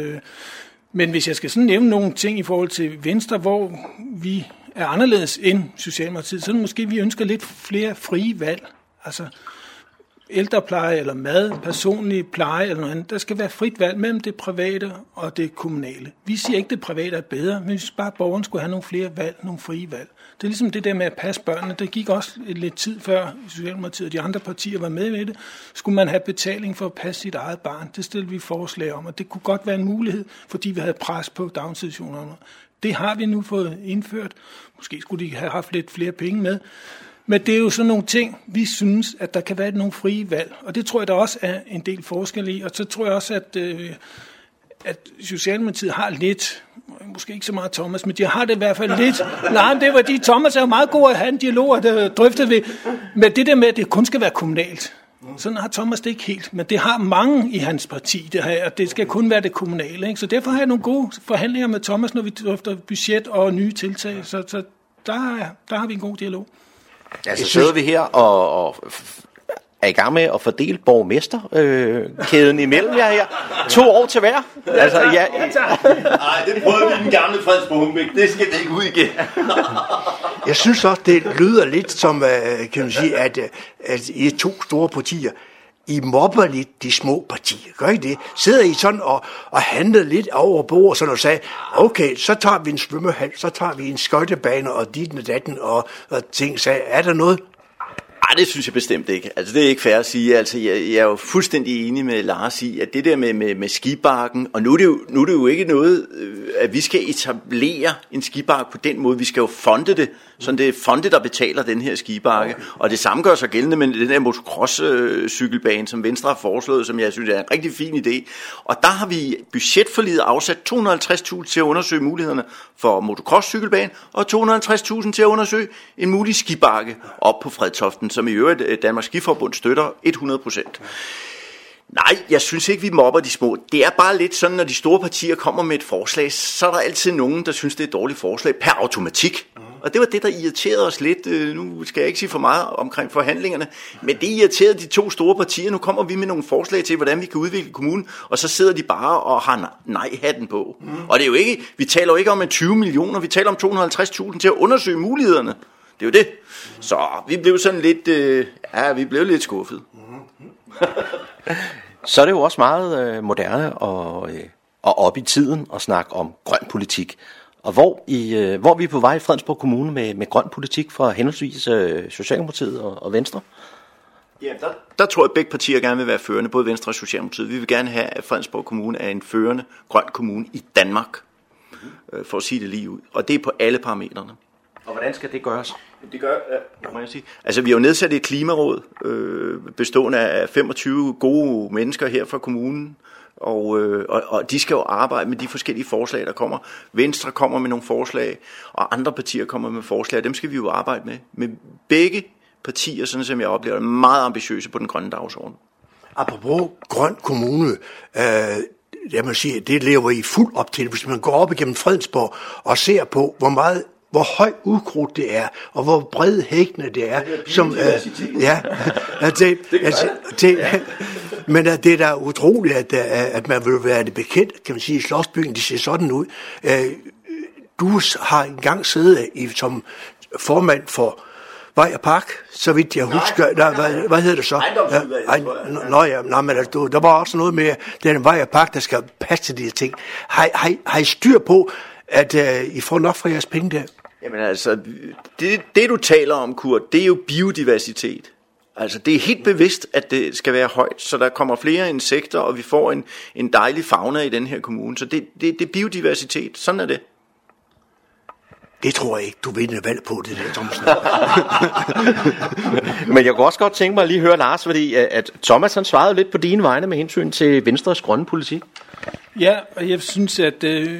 Men hvis jeg skal sådan nævne nogle ting i forhold til Venstre, hvor vi er anderledes end Socialdemokratiet, så måske vi ønsker lidt flere frie valg. Altså ældrepleje eller mad, personlig pleje eller noget andet. Der skal være frit valg mellem det private og det kommunale. Vi siger ikke, at det private er bedre, men vi synes bare, at borgeren skulle have nogle flere valg, nogle frie valg. Det er ligesom det der med at passe børnene. Det gik også lidt tid før Socialdemokratiet og de andre partier var med i det. Skulle man have betaling for at passe sit eget barn? Det stillede vi forslag om, og det kunne godt være en mulighed, fordi vi havde pres på daginstitutionerne. Det har vi nu fået indført. Måske skulle de have haft lidt flere penge med. Men det er jo sådan nogle ting, vi synes, at der kan være nogle frie valg. Og det tror jeg, der også er en del forskel i. Og så tror jeg også, at Socialdemokratiet har lidt, måske ikke så meget Thomas, men de har det i hvert fald lidt. Nej, det var de. Thomas er jo meget god at have en dialog, og det drøftede vi. Men det der med, at det kun skal være kommunalt, sådan har Thomas det ikke helt. Men det har mange i hans parti, det her, og det skal kun være det kommunale. Ikke? Så derfor har jeg nogle gode forhandlinger med Thomas, når vi drøfter budget og nye tiltag. Så der har vi en god dialog. Ja, så sidder vi her og er i gang med at fordele borgmesterkæden imellem jer her. 2 år til hver. Altså, ja. Nej, det prøvede vi den gamle Fredensborg. Det skal det ikke ud igen. Jeg synes også, det lyder lidt som, kan man sige, at I 2 store partier, I mobber lidt de små partier. Gør I det? Sidder I sådan og handler lidt over bord, sådan og sagde, okay, så tager vi en svømmehal, så tager vi en skøjtebane og dit og datten og ting. Så er der noget? Nej, det synes jeg bestemt ikke. Altså, det er ikke fair at sige. Altså, jeg er jo fuldstændig enig med Lars i, at det der med skibakken, og nu er det jo ikke noget, at vi skal etablere en skibakke på den måde. Vi skal jo fonde det, sådan det er fonde, der betaler den her skibakke. Og det samme gør sig gældende med den der motocross-cykelbane, som Venstre har foreslået, som jeg synes er en rigtig fin idé. Og der har vi budgetforliget afsat 250.000 til at undersøge mulighederne for motocross-cykelbane, og 250.000 til at undersøge en mulig skibakke op på Fredtoften, som i øvrigt Danmarks Skiforbund støtter 100%. Nej, jeg synes ikke, vi mobber de små. Det er bare lidt sådan, når de store partier kommer med et forslag, så er der altid nogen, der synes, det er et dårligt forslag per automatik. Og det var det, der irriterede os lidt. Nu skal jeg ikke sige for meget omkring forhandlingerne, men det irriterede de 2 store partier. Nu kommer vi med nogle forslag til, hvordan vi kan udvikle kommunen, og så sidder de bare og har nej-hatten på. Og det er jo ikke, vi taler jo ikke om 20 millioner, vi taler om 250.000 til at undersøge mulighederne. Det er jo det. Så vi blev sådan lidt, vi blev lidt skuffet. Så er det jo også meget moderne og op i tiden at snakke om grøn politik. Og hvor vi er på vej i Fredensborg Kommune med grøn politik fra henholdsvis Socialdemokratiet og Venstre? Ja, der tror jeg, at begge partier gerne vil være førende, både Venstre og Socialdemokratiet. Vi vil gerne have, at Fredensborg Kommune er en førende grøn kommune i Danmark, for at sige det lige ud. Og det er på alle parametrene. Og hvordan skal det gøres? Det gør, må jeg sige. Altså, vi har jo nedsat et klimaråd, bestående af 25 gode mennesker her fra kommunen, og de skal jo arbejde med de forskellige forslag, der kommer. Venstre kommer med nogle forslag, og andre partier kommer med forslag, og dem skal vi jo arbejde med. Med begge partier, sådan som jeg oplever, er meget ambitiøse på den grønne dagsorden. Apropos grøn kommune, jeg må sige, det lever I fuldt op til, hvis man går op igennem Fredensborg og ser på, hvor høj ukrudt det er, og hvor bred hækkende det er. Men det er da utroligt, at man vil være det bekendt, kan man sige, i Slotsbyen, det ser sådan ud. Du har engang siddet som formand for Vej og Park, så vidt jeg husker. Hvad hedder det så? Men der var også noget med den Vej og Park, der skal passe til de ting. Har I styr på, at I får nok for jeres penge der? Jamen altså, det du taler om, Kurt, det er jo biodiversitet. Altså, det er helt bevidst, at det skal være højt, så der kommer flere insekter, og vi får en dejlig fauna i den her kommune. Så det er biodiversitet. Sådan er det. Det tror jeg ikke, du vinder valg på, det der, Thomsen. Men jeg kunne også godt tænke mig at lige høre Lars, fordi at Thomas han svarede lidt på dine vegne med hensyn til Venstres grønne politik. Ja, og jeg synes, at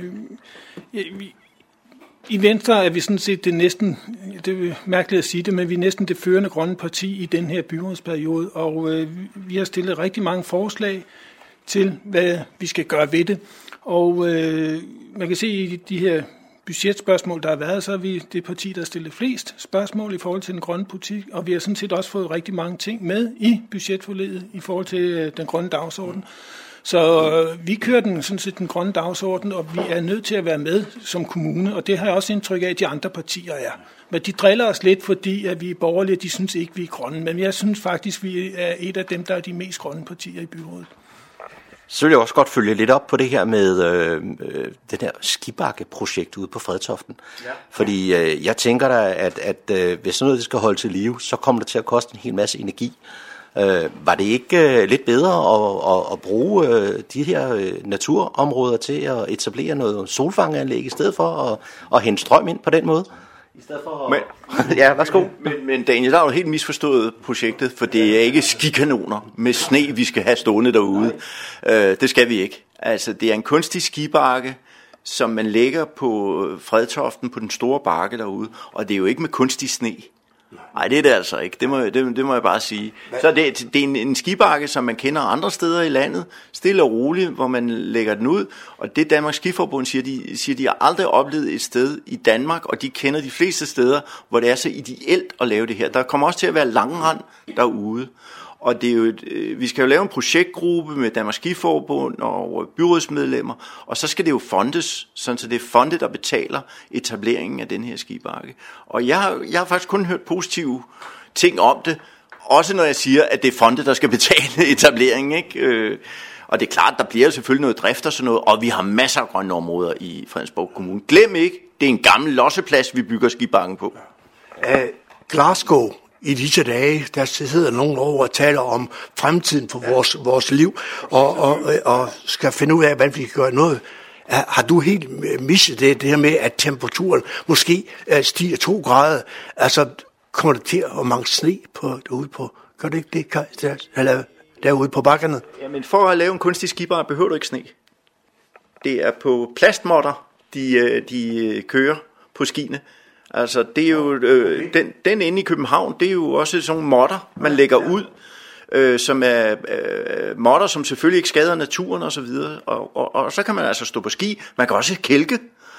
i Venstre er vi sådan set det er mærkeligt at sige det, men vi er næsten det førende grønne parti i den her byrådsperiode, og vi har stillet rigtig mange forslag til, hvad vi skal gøre ved det. Og man kan se i de her budgetspørgsmål, der har været, så er vi det parti, der har stillet flest spørgsmål i forhold til den grønne politik, og vi har sådan set også fået rigtig mange ting med i budgetforledet i forhold til den grønne dagsorden. Så vi kører den grønne dagsorden, og vi er nødt til at være med som kommune, og det har jeg også indtryk af, at de andre partier er. Men de driller os lidt, fordi at vi er borgerlige, og de synes ikke, vi er grønne. Men jeg synes faktisk, vi er et af dem, der er de mest grønne partier i byrådet. Så vil jeg også godt følge lidt op på det her med det der skibakkeprojekt ude på Fredtoften. Ja. Fordi jeg tænker da, at hvis sådan noget skal holde til live, så kommer det til at koste en hel masse energi. Var det ikke lidt bedre at bruge de her naturområder til at etablere noget solfangeanlæg i stedet for at hente strøm ind på den måde? I stedet for ja, værsgo. Men Daniel, der er jo helt misforstået projektet, for det er ikke skikanoner med sne, vi skal have stående derude. Det skal vi ikke. Altså, det er en kunstig skibakke, som man lægger på Fredtoften, på den store bakke derude, og det er jo ikke med kunstig sne. Nej, det er det altså ikke. Det må jeg bare sige. Så det er en skibakke, som man kender andre steder i landet, stille og roligt, hvor man lægger den ud. Og det Danmarks Skiforbund siger, de har aldrig oplevet et sted i Danmark, og de kender de fleste steder, hvor det er så ideelt at lave det her. Der kommer også til at være langrend derude. Og det er jo vi skal jo lave en projektgruppe med Danmarks Skiforbund og byrådsmedlemmer, og så skal det jo fondes, sådan så det er fondet, der betaler etableringen af den her skibakke. Og jeg har faktisk kun hørt positive ting om det, også når jeg siger, at det er fondet, der skal betale etableringen, ikke? Og det er klart, der bliver selvfølgelig noget drift og sådan noget, og vi har masser af grønne områder i Fredensborg Kommune. Glem ikke, det er en gammel losseplads, vi bygger skibakken på. Glasgow. I disse dage, der sidder nogen over og taler om fremtiden for vores liv, og skal finde ud af, hvordan vi kan gøre noget. Har du helt misset det her med, at temperaturen måske stiger 2 grader? Altså, kommer det til at mangle sne derude på? Gør det ikke det, eller derude på bakkerne? Jamen, for at lave en kunstig skibakke behøver du ikke sne. Det er på plastmotter, de kører på skiene. Altså, det er jo, den inde i København, det er jo også sådan nogle motter, man lægger ud, som er motter, som selvfølgelig ikke skader naturen og så videre. Og så kan man altså stå på ski. Man kan også kælke.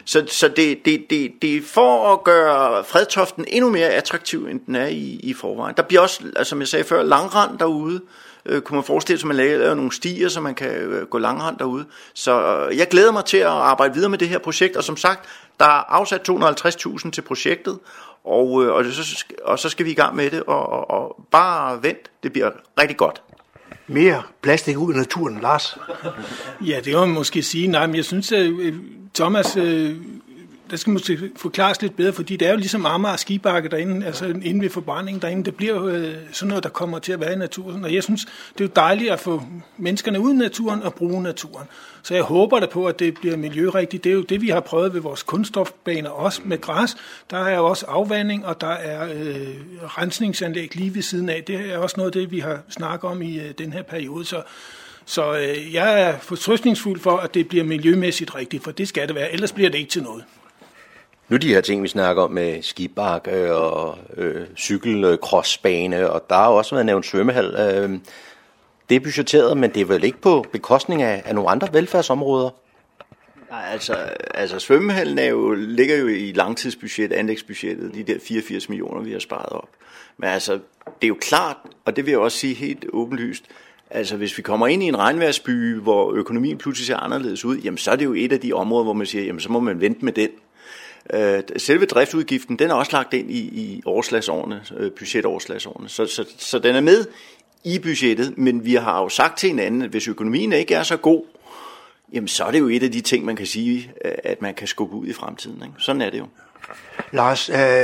Så det er for at gøre Fredtoften endnu mere attraktiv, end den er i forvejen. Der bliver også, altså, som jeg sagde før, langrand derude. Kunne man forestille sig, at man laver nogle stier, så man kan gå langrand derude. Så jeg glæder mig til at arbejde videre med det her projekt, og som sagt, der er afsat 250.000 til projektet, og så skal vi i gang med det, og bare vent, det bliver rigtig godt. Mere plastik ud i naturen, Lars? Ja, det kan man måske sige. Nej, men jeg synes, at Thomas, der skal måske forklares lidt bedre, fordi det er jo ligesom Amager skibakke derinde, altså inde ved forbrændingen derinde, det bliver jo sådan noget, der kommer til at være i naturen, og jeg synes, det er jo dejligt at få menneskerne ud i naturen og bruge naturen. Så jeg håber da på, at det bliver miljørigtigt. Det er jo det, vi har prøvet ved vores kunststofbaner, også med græs. Der er jo også afvanding, og der er rensningsanlæg lige ved siden af. Det er også noget af det, vi har snakket om i den her periode, Så jeg er fortrøstningsfuld for, at det bliver miljømæssigt rigtigt, for det skal det være, ellers bliver det ikke til noget. Nu de her ting, vi snakker om med skibakke og cykelcrossbane, og der har også været nævnt svømmehal. Det er budgetteret, men det er vel ikke på bekostning af nogle andre velfærdsområder? Nej, altså svømmehallen ligger jo i langtidsbudget, anlægsbudgettet, de der 84 millioner, vi har sparet op. Men altså, det er jo klart, og det vil jeg også sige helt åbenlyst, altså hvis vi kommer ind i en regnværsby, hvor økonomien pludselig ser anderledes ud, jamen så er det jo et af de områder, hvor man siger, jamen så må man vente med den. Selve driftsudgiften, den er også lagt ind i årslagsårene, budgetoverslagsårene, så den er med i budgettet, men vi har jo sagt til hinanden, at hvis økonomien ikke er så god, jamen så er det jo et af de ting, man kan sige, at man kan skubbe ud i fremtiden. Ikke? Sådan er det jo. Lars,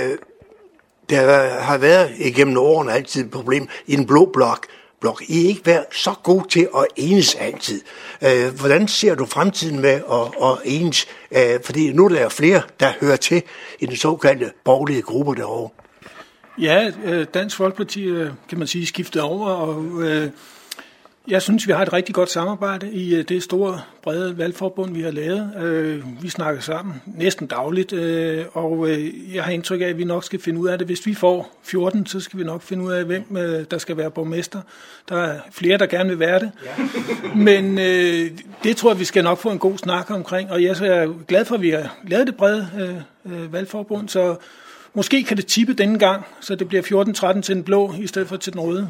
der har været igennem årene altid et problem i den blå blok. I ikke været så god til at enes altid. Hvordan ser du fremtiden med at enes? Fordi nu er der flere, der hører til i den såkaldte borgerlige gruppe derovre. Ja, Dansk Folkeparti, kan man sige, skiftet over, og jeg synes, vi har et rigtig godt samarbejde i det store, brede valgforbund, vi har lavet. Vi snakker sammen næsten dagligt, og jeg har indtryk af, at vi nok skal finde ud af det. Hvis vi får 14, så skal vi nok finde ud af, hvem der skal være borgmester. Der er flere, der gerne vil være det. Ja. Men det tror jeg, vi skal nok få en god snak omkring, og jeg er glad for, at vi har lavet det brede valgforbund, så måske kan det tippe denne gang, så det bliver 14-13 til den blå, i stedet for til den røde.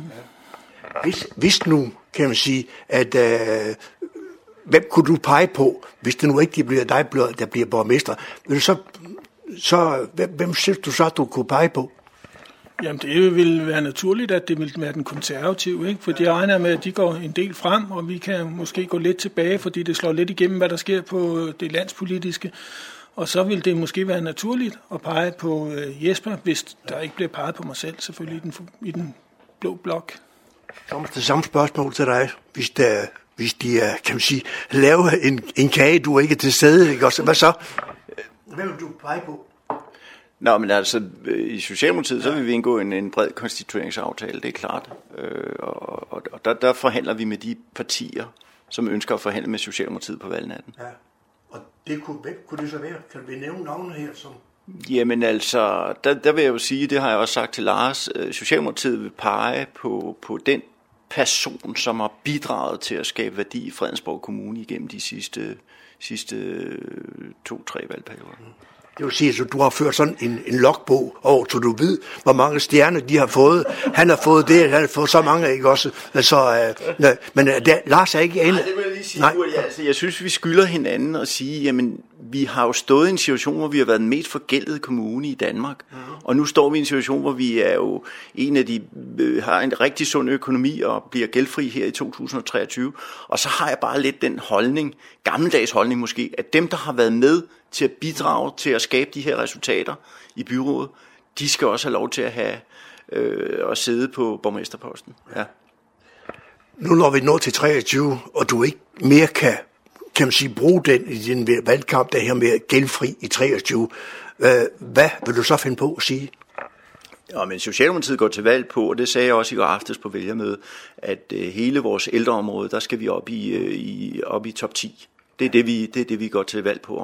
Hvis nu, kan man sige, at hvem kunne du pege på, hvis det nu ikke bliver dig, der bliver borgmester, så hvem synes du så, du kunne pege på? Jamen det vil være naturligt, at det vil være den konservative, ikke? Fordi jeg regner med, at de går en del frem, og vi kan måske gå lidt tilbage, fordi det slår lidt igennem, hvad der sker på det landspolitiske. Og så vil det måske være naturligt at pege på Jesper, hvis der ikke bliver peget på mig selv, selvfølgelig i den blå blok. Thomas, det samme spørgsmål til dig. Hvis de kan man sige, laver en kage, du er ikke til stede, ikke også? Hvad så? Hvad vil du pege på? Nå, men altså, i Socialdemokratiet, så vil vi indgå en bred konstitueringsaftale, det er klart. Og der forhandler vi med de partier, som ønsker at forhandle med Socialdemokratiet på valgnatten. Ja. Og hvem kunne det så være? Kan vi nævne navnet her som... Jamen altså, der vil jeg jo sige, det har jeg også sagt til Lars, Socialdemokratiet vil pege på den person, som har bidraget til at skabe værdi i Fredensborg Kommune igennem de sidste 2-3 valgperioder. Det vil sige, at du har ført sådan en logbog over, så du ved, hvor mange stjerner de har fået. Han har fået det, han har fået så mange, ikke også? Så, men Lars er ikke enig. Nej, det vil jeg lige sige. Nej. Jeg synes, vi skylder hinanden at sige, jamen, vi har jo stået i en situation, hvor vi har været den mest forgældede kommune i Danmark. Og nu står vi i en situation, hvor vi er jo en af de, har en rigtig sund økonomi og bliver gældfri her i 2023. Og så har jeg bare lidt den holdning, gammeldags holdning måske, at dem, der har været med til at bidrage til at skabe de her resultater i byrådet, de skal også have lov til at have at sidde på borgmesterposten. Ja. Nu når vi når til 23, og du ikke mere kan man sige, bruge den i din valgkamp, der her med gældfri i 23, hvad vil du så finde på at sige? Ja, men Socialdemokratiet går til valg på, og det sagde jeg også i går aftes på vælgermødet, at hele vores ældreområde, der skal vi op i top 10. Det er det, vi går til valg på også.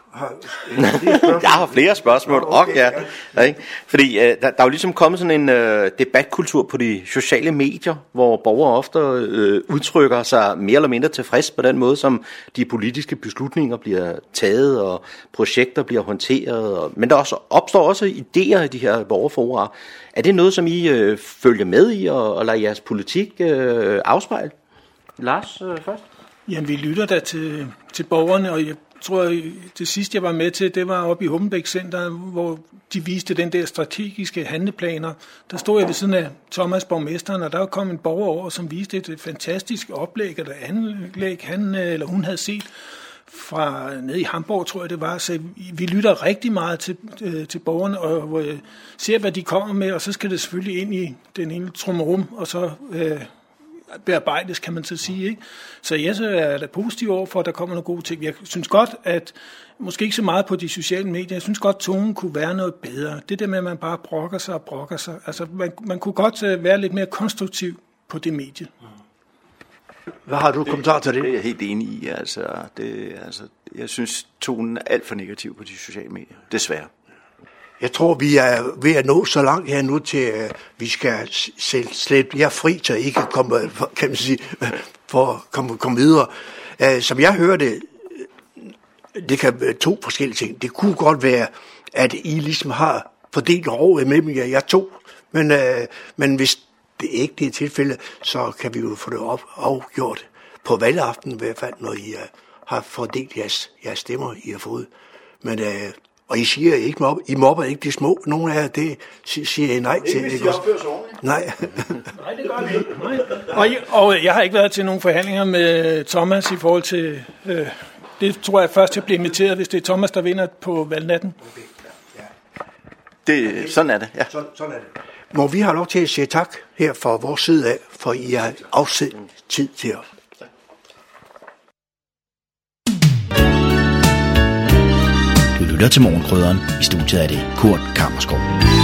Jeg har flere spørgsmål. Okay. Ikke? Fordi der er jo ligesom kommet sådan en debatkultur på de sociale medier, hvor borgere ofte udtrykker sig mere eller mindre tilfreds på den måde, som de politiske beslutninger bliver taget, og projekter bliver håndteret. Men der opstår også idéer i de her borgerfora. Er det noget, som I følger med i og lader jeres politik afspejle? Lars først? Jamen, vi lytter da til borgerne, og jeg tror, det sidste, jeg var med til, det var oppe i Hummelbæk Center, hvor de viste den der strategiske handleplaner. Der stod jeg ved siden af Thomas, borgmesteren, og der kom en borger over, som viste et fantastisk oplæg, eller anlæg, han eller hun havde set fra nede i Hamburg, tror jeg det var. Så vi lytter rigtig meget til borgerne, og ser, hvad de kommer med, og så skal det selvfølgelig ind i den ene trummerum, og så bearbejdes, kan man så sige. Ikke? Så jeg er da positiv over for, at der kommer nogle gode ting. Jeg synes godt, at måske ikke så meget på de sociale medier, jeg synes godt, tonen kunne være noget bedre. Det der med, at man bare brokker sig. Altså, man kunne godt være lidt mere konstruktiv på det medie. Hvad har du kommentar til det? Det er jeg helt enig i. Jeg synes, tonen er alt for negativ på de sociale medier. Desværre. Jeg tror, vi er ved at nå så langt her nu til, vi skal slæbe jer fri til ikke at komme, kan man sige, for at komme videre. Som jeg hører det kan være to forskellige ting. Det kunne godt være, at I ligesom har fordelt råd mellem jer to, men hvis det ikke er tilfælde, så kan vi jo få det afgjort på valgaften i hvert fald, når I har fordelt jeres stemmer, I har fået. Men og I siger ikke I mobber ikke de små. Nogle af jer, det siger I nej til. Hvis de opfører sig ordentligt. Nej. Nej, det gør vi ikke. Og jeg har ikke været til nogle forhandlinger med Thomas i forhold til... det tror jeg først, jeg bliver inviteret, hvis det er Thomas, der vinder på valgnatten. Sådan er det, ja. Sådan er det. Må vi have lov til at sige tak her fra vores side af, for I har afsat tid til os. Du lytter til Morgenkrydderen. I studiet er det Kurt Kammerskov.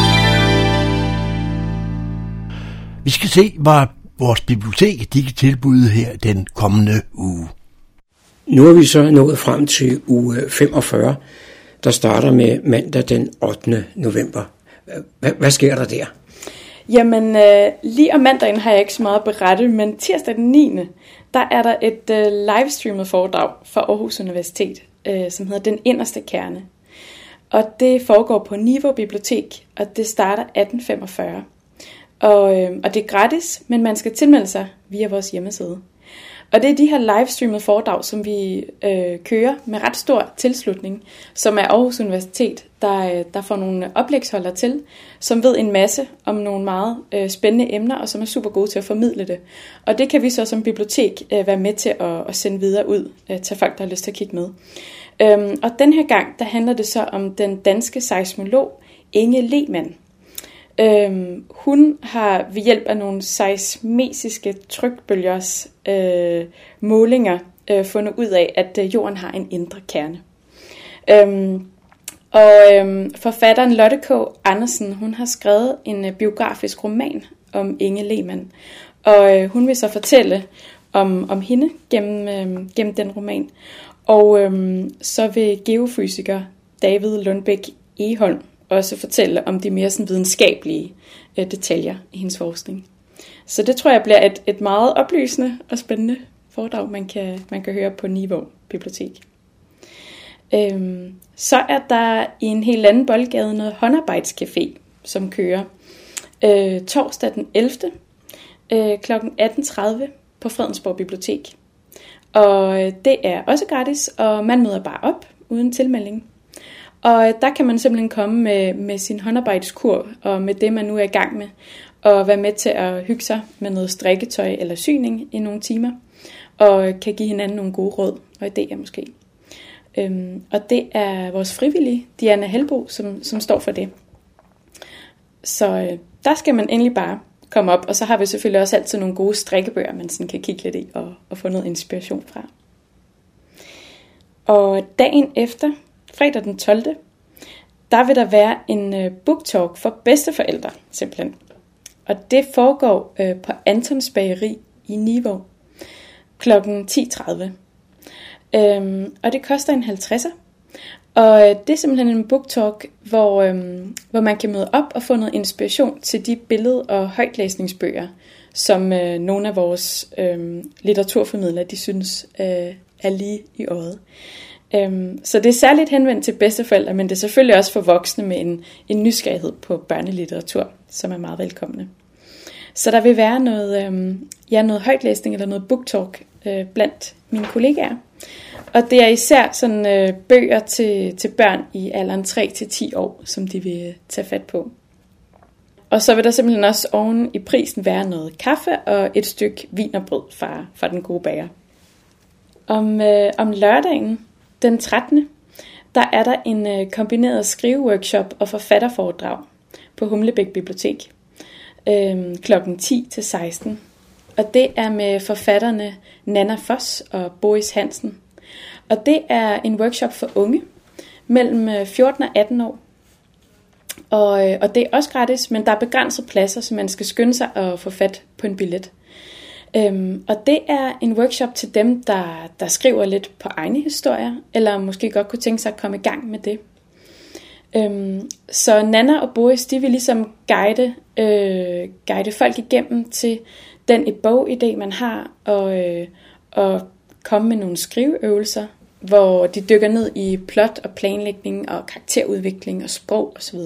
Vi skal se, hvad vores bibliotek de kan tilbyde her den kommende uge. Nu er vi så nået frem til uge 45, der starter med mandag den 8. november. Hvad sker der der? Jamen, lige om mandagen har jeg ikke så meget at berette, men tirsdag den 9. der er der et livestreamet foredrag fra Aarhus Universitet, som hedder Den Inderste Kerne. Og det foregår på Niveau Bibliotek, og det starter 18:45. Og det er gratis, men man skal tilmelde sig via vores hjemmeside. Og det er de her livestreamede foredrag, som vi kører med ret stor tilslutning, som er Aarhus Universitet, der får nogle oplægsholdere til, som ved en masse om nogle meget spændende emner, og som er super gode til at formidle det. Og det kan vi så som bibliotek være med til at sende videre ud til folk, der har lyst til at kigge med. Og den her gang, der handler det så om den danske seismolog Inge Lehmann. Hun har ved hjælp af nogle seismiske trykbølgers målinger fundet ud af, at jorden har en indre kerne. Forfatteren Lotte K. Andersen, hun har skrevet en biografisk roman om Inge Lehmann, og hun vil så fortælle om hende gennem den roman. Og så vil geofysiker David Lundbæk Egholm også fortælle om de mere sådan videnskabelige detaljer i hendes forskning. Så det tror jeg bliver et meget oplysende og spændende foredrag, man kan høre på Niveau Bibliotek. Så er der i en helt anden boldgade noget håndarbejdscafé, som kører torsdag den 11. kl. 18:30 på Fredensborg Bibliotek. Og det er også gratis, og man møder bare op uden tilmelding. Og der kan man simpelthen komme med sin håndarbejdskur, og med det, man nu er i gang med, og være med til at hygge sig med noget strikketøj eller syning i nogle timer, og kan give hinanden nogle gode råd og idéer måske. Og det er vores frivillige, Diana Helbo, som står for det. Så der skal man endelig bare komme op, og så har vi selvfølgelig også altid nogle gode strikkebøger, man sådan kan kigge lidt i og få noget inspiration fra. Og dagen efter, fredag den 12., der vil der være en booktalk for bedsteforældre, simpelthen. Og det foregår på Antons Bageri i Niveau kl. 10:30. Og det koster en 50'er. Og det er simpelthen en booktalk, hvor man kan møde op og få noget inspiration til de billede- og højtlæsningsbøger, som nogle af vores litteraturformidlere, de synes er lige i øjet. Så det er særligt henvendt til bedsteforældre, men det er selvfølgelig også for voksne med en nysgerrighed på børnelitteratur, som er meget velkomne. Så der vil være noget højtlæsning eller noget booktalk blandt mine kollegaer. Og det er især sådan bøger til børn i alderen 3-10 år, som de vil tage fat på. Og så vil der simpelthen også oven i prisen være noget kaffe og et stykke wienerbrød fra den gode bager. Om lørdagen, den 13., der er der en kombineret skriveworkshop og forfatterforedrag på Humlebæk Bibliotek klokken 10 til 16. Og det er med forfatterne Nanna Foss og Boris Hansen. Og det er en workshop for unge mellem 14 og 18 år. Og det er også gratis, men der er begrænset pladser, så man skal skynde sig at få fat på en billet. Og det er en workshop til dem, der skriver lidt på egne historier, eller måske godt kunne tænke sig at komme i gang med det. Så Nanna og Boris, de vil ligesom guide folk igennem til den bogidé, man har, og komme med nogle skriveøvelser, hvor de dykker ned i plot og planlægning og karakterudvikling og sprog osv.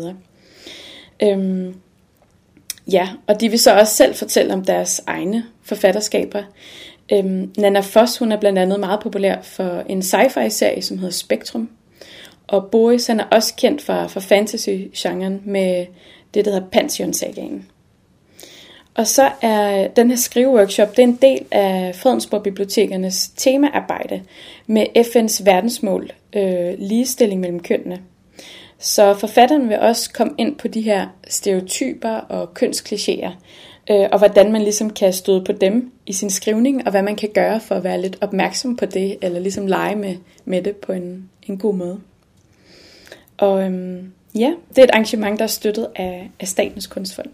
Og de vil så også selv fortælle om deres egne forfatterskaber. Nanna Foss, hun er blandt andet meget populær for en sci-fi-serie, som hedder Spektrum. Og Boris, han er også kendt for fantasy-genren med det, der hedder Pantheon-sagaen. Og så er den her skriveworkshop, det er en del af Fredensborg Bibliotekernes temaarbejde med FN's verdensmål, ligestilling mellem kønnene. Så forfatteren vil også komme ind på de her stereotyper og kønsklichéer, og hvordan man ligesom kan støde på dem i sin skrivning, og hvad man kan gøre for at være lidt opmærksom på det, eller ligesom lege med det på en god måde. Og det er et arrangement, der er støttet af Statens Kunstfond.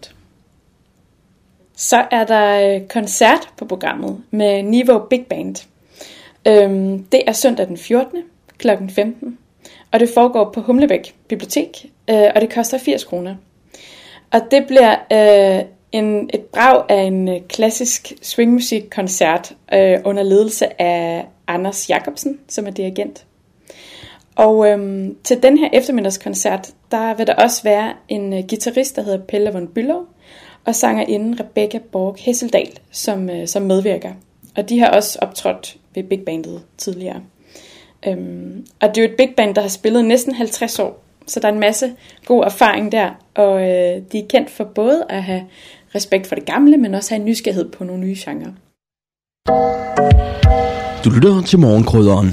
Så er der koncert på programmet med Niveau Big Band. Det er søndag den 14. kl. 15. Og det foregår på Humlebæk Bibliotek, og det koster 80 kroner. Og det bliver et brag af en klassisk swingmusikkoncert under ledelse af Anders Jacobsen, som er dirigent. Og til den her eftermiddagskoncert, der vil der også være en guitarist, der hedder Pelle von Bülow, og sangerinden Rebecca Borg Hesseldal, som medvirker. Og de har også optrådt ved Big Bandet tidligere. Og det er jo et Big Band, der har spillet næsten 50 år, så der er en masse god erfaring der, og de er kendt for både at have respekt for det gamle, men også have en nysgerrighed på nogle nye genrer. Du lytter til Morgenkrydderen.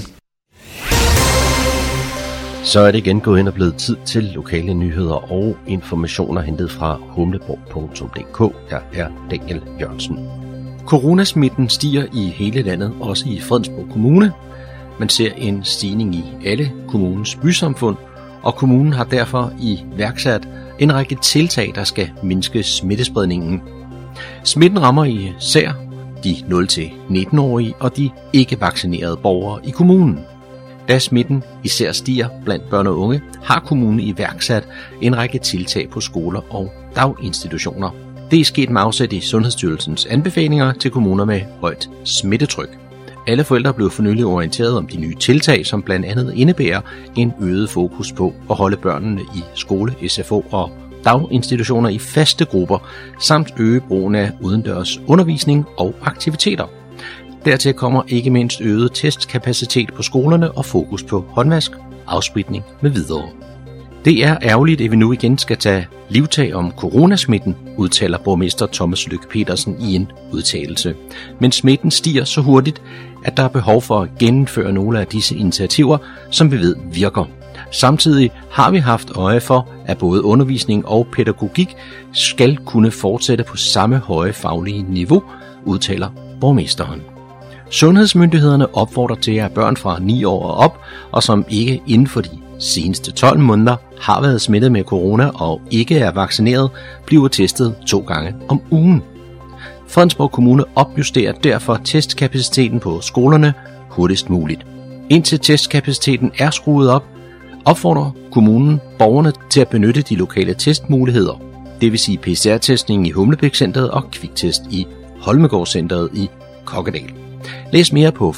Så er det igen gået hen og blevet tid til lokale nyheder og informationer hentet fra humleborg.dk. Jeg er Daniel Jørgensen. Coronasmitten stiger i hele landet, også i Fredensborg Kommune. Man ser en stigning i alle kommunens bysamfund, og kommunen har derfor iværksat en række tiltag, der skal mindske smittespredningen. Smitten rammer især de 0-19-årige og de ikke vaccinerede borgere i kommunen. Da smitten især stiger blandt børn og unge, har kommunen iværksat en række tiltag på skoler og daginstitutioner. Det er sket med afsæt i Sundhedsstyrelsens anbefalinger til kommuner med højt smittetryk. Alle forældre blev for nylig orienteret om de nye tiltag, som blandt andet indebærer en øget fokus på at holde børnene i skole, SFO og daginstitutioner i faste grupper, samt øge brugen af udendørs undervisning og aktiviteter. Dertil kommer ikke mindst øget testkapacitet på skolerne og fokus på håndvask, afspritning med videre. Det er ærgerligt, at vi nu igen skal tage livtag om coronasmitten, udtaler borgmester Thomas Lykke Petersen i en udtalelse. Men smitten stiger så hurtigt, at der er behov for at gennemføre nogle af disse initiativer, som vi ved virker. Samtidig har vi haft øje for, at både undervisning og pædagogik skal kunne fortsætte på samme høje faglige niveau, udtaler borgmesteren. Sundhedsmyndighederne opfordrer til, at børn fra 9 år og op, og som ikke inden for de seneste 12 måneder har været smittet med corona og ikke er vaccineret, bliver testet 2 gange om ugen. Fredensborg Kommune opjusterer derfor testkapaciteten på skolerne hurtigst muligt. Indtil testkapaciteten er skruet op, opfordrer kommunen borgerne til at benytte de lokale testmuligheder, det vil sige PCR-testning i Humlebæk-centret og kviktest i Holmegård-centret i Kokkedal. Læs mere på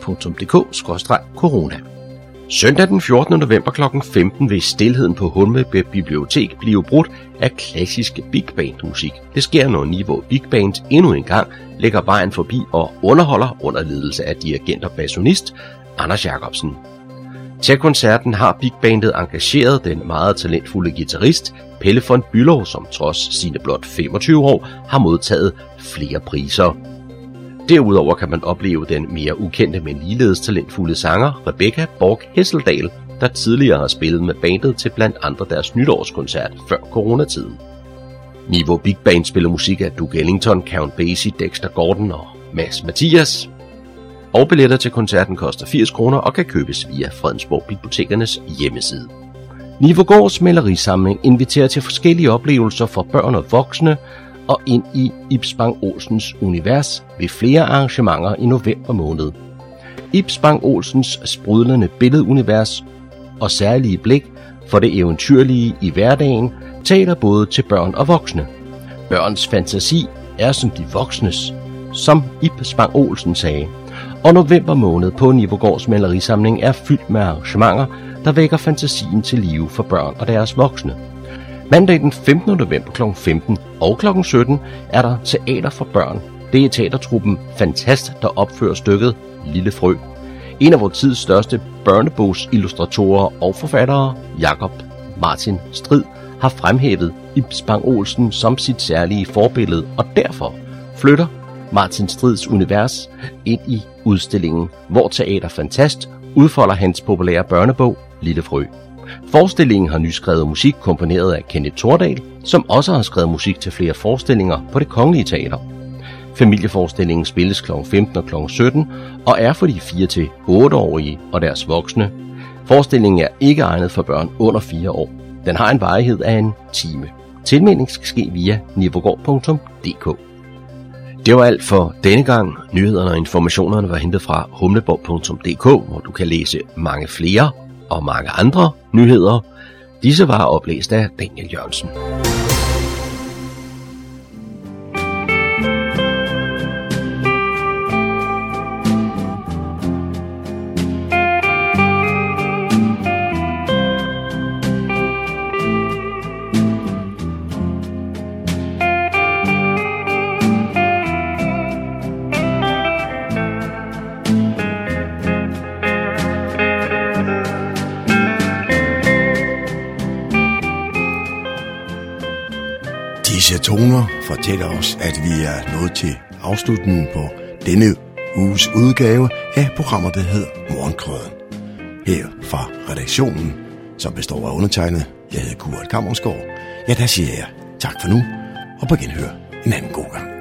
fredensborg.dk/corona. Søndag den 14. november kl. 15 vil stilheden på Humlebæk Bibliotek blive brudt af klassisk big band musik. Det sker, når Niveau Big Band endnu en gang lægger vejen forbi og underholder under ledelse af dirigent og bassonist Anders Jacobsen. Til koncerten har Big Bandet engageret den meget talentfulde guitarist Pelle von Bülow, som trods sine blot 25 år har modtaget flere priser. Derudover kan man opleve den mere ukendte, men ligeledes talentfulde sanger Rebecca Borg Hesseldal, der tidligere har spillet med bandet til blandt andre deres nytårskoncert før coronatiden. Niveau Big Band spiller musik af Duke Ellington, Count Basie, Dexter Gordon og Mads Mathias. Og billetter til koncerten koster 80 kroner og kan købes via Fredensborg Bibliotekernes hjemmeside. Nivogårds malerisamling inviterer til forskellige oplevelser for børn og voksne og ind i Ib Spang Olsens univers ved flere arrangementer i november måned. Ib Spang Olsens sprudlende billedunivers og særlige blik for det eventyrlige i hverdagen taler både til børn og voksne. Børns fantasi er som de voksnes, som Ib Spang Olsen sagde. Og november måned på Nivogårds malerisamling er fyldt med arrangementer, der vækker fantasien til live for børn og deres voksne. Mandag den 15. november kl. 15 og kl. 17 er der teater for børn. Det er teatertruppen Fantast, der opfører stykket Lille Frø. En af vores tids største børnebogsillustratorer og forfattere, Jakob Martin Strid, har fremhævet Ib Spang Olsen som sit særlige forbillede, og derfor flytter Martin Strids univers ind i udstillingen, hvor Teater Fantast udfolder hans populære børnebog Lille Frø. Forestillingen har nyskrevet musik komponeret af Kenneth Thordal, som også har skrevet musik til flere forestillinger på Det Kongelige Teater. Familieforestillingen spilles kl. 15 og kl. 17 og er for de 4-8-årige og deres voksne. Forestillingen er ikke egnet for børn under 4 år. Den har en varighed af en time. Tilmelding skal ske via nivogård.dk. Det var alt for denne gang. Nyhederne og informationerne var hentet fra humleborg.dk, hvor du kan læse mange flere og mange andre nyheder. Disse var oplæst af Daniel Jørgensen. Disse toner fortæller os, at vi er nået til afslutningen på denne uges udgave af programmet, der hedder Morgenkrøden. Her fra redaktionen, som består af undertegnet, jeg hedder Kurt Kammersgaard. Ja, der siger jeg tak for nu, og på genhør en anden god gang.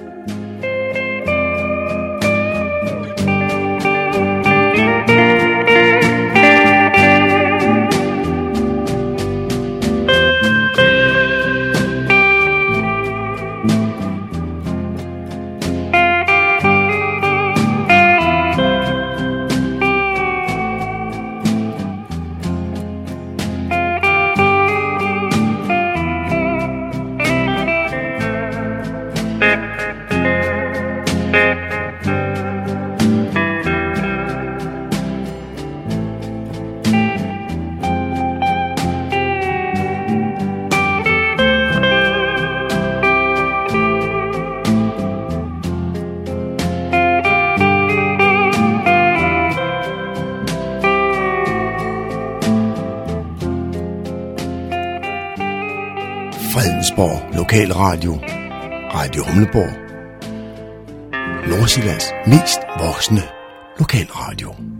Fredensborg Lokalradio, Radio Humleborg, Nordsjællands mest voksne lokalradio.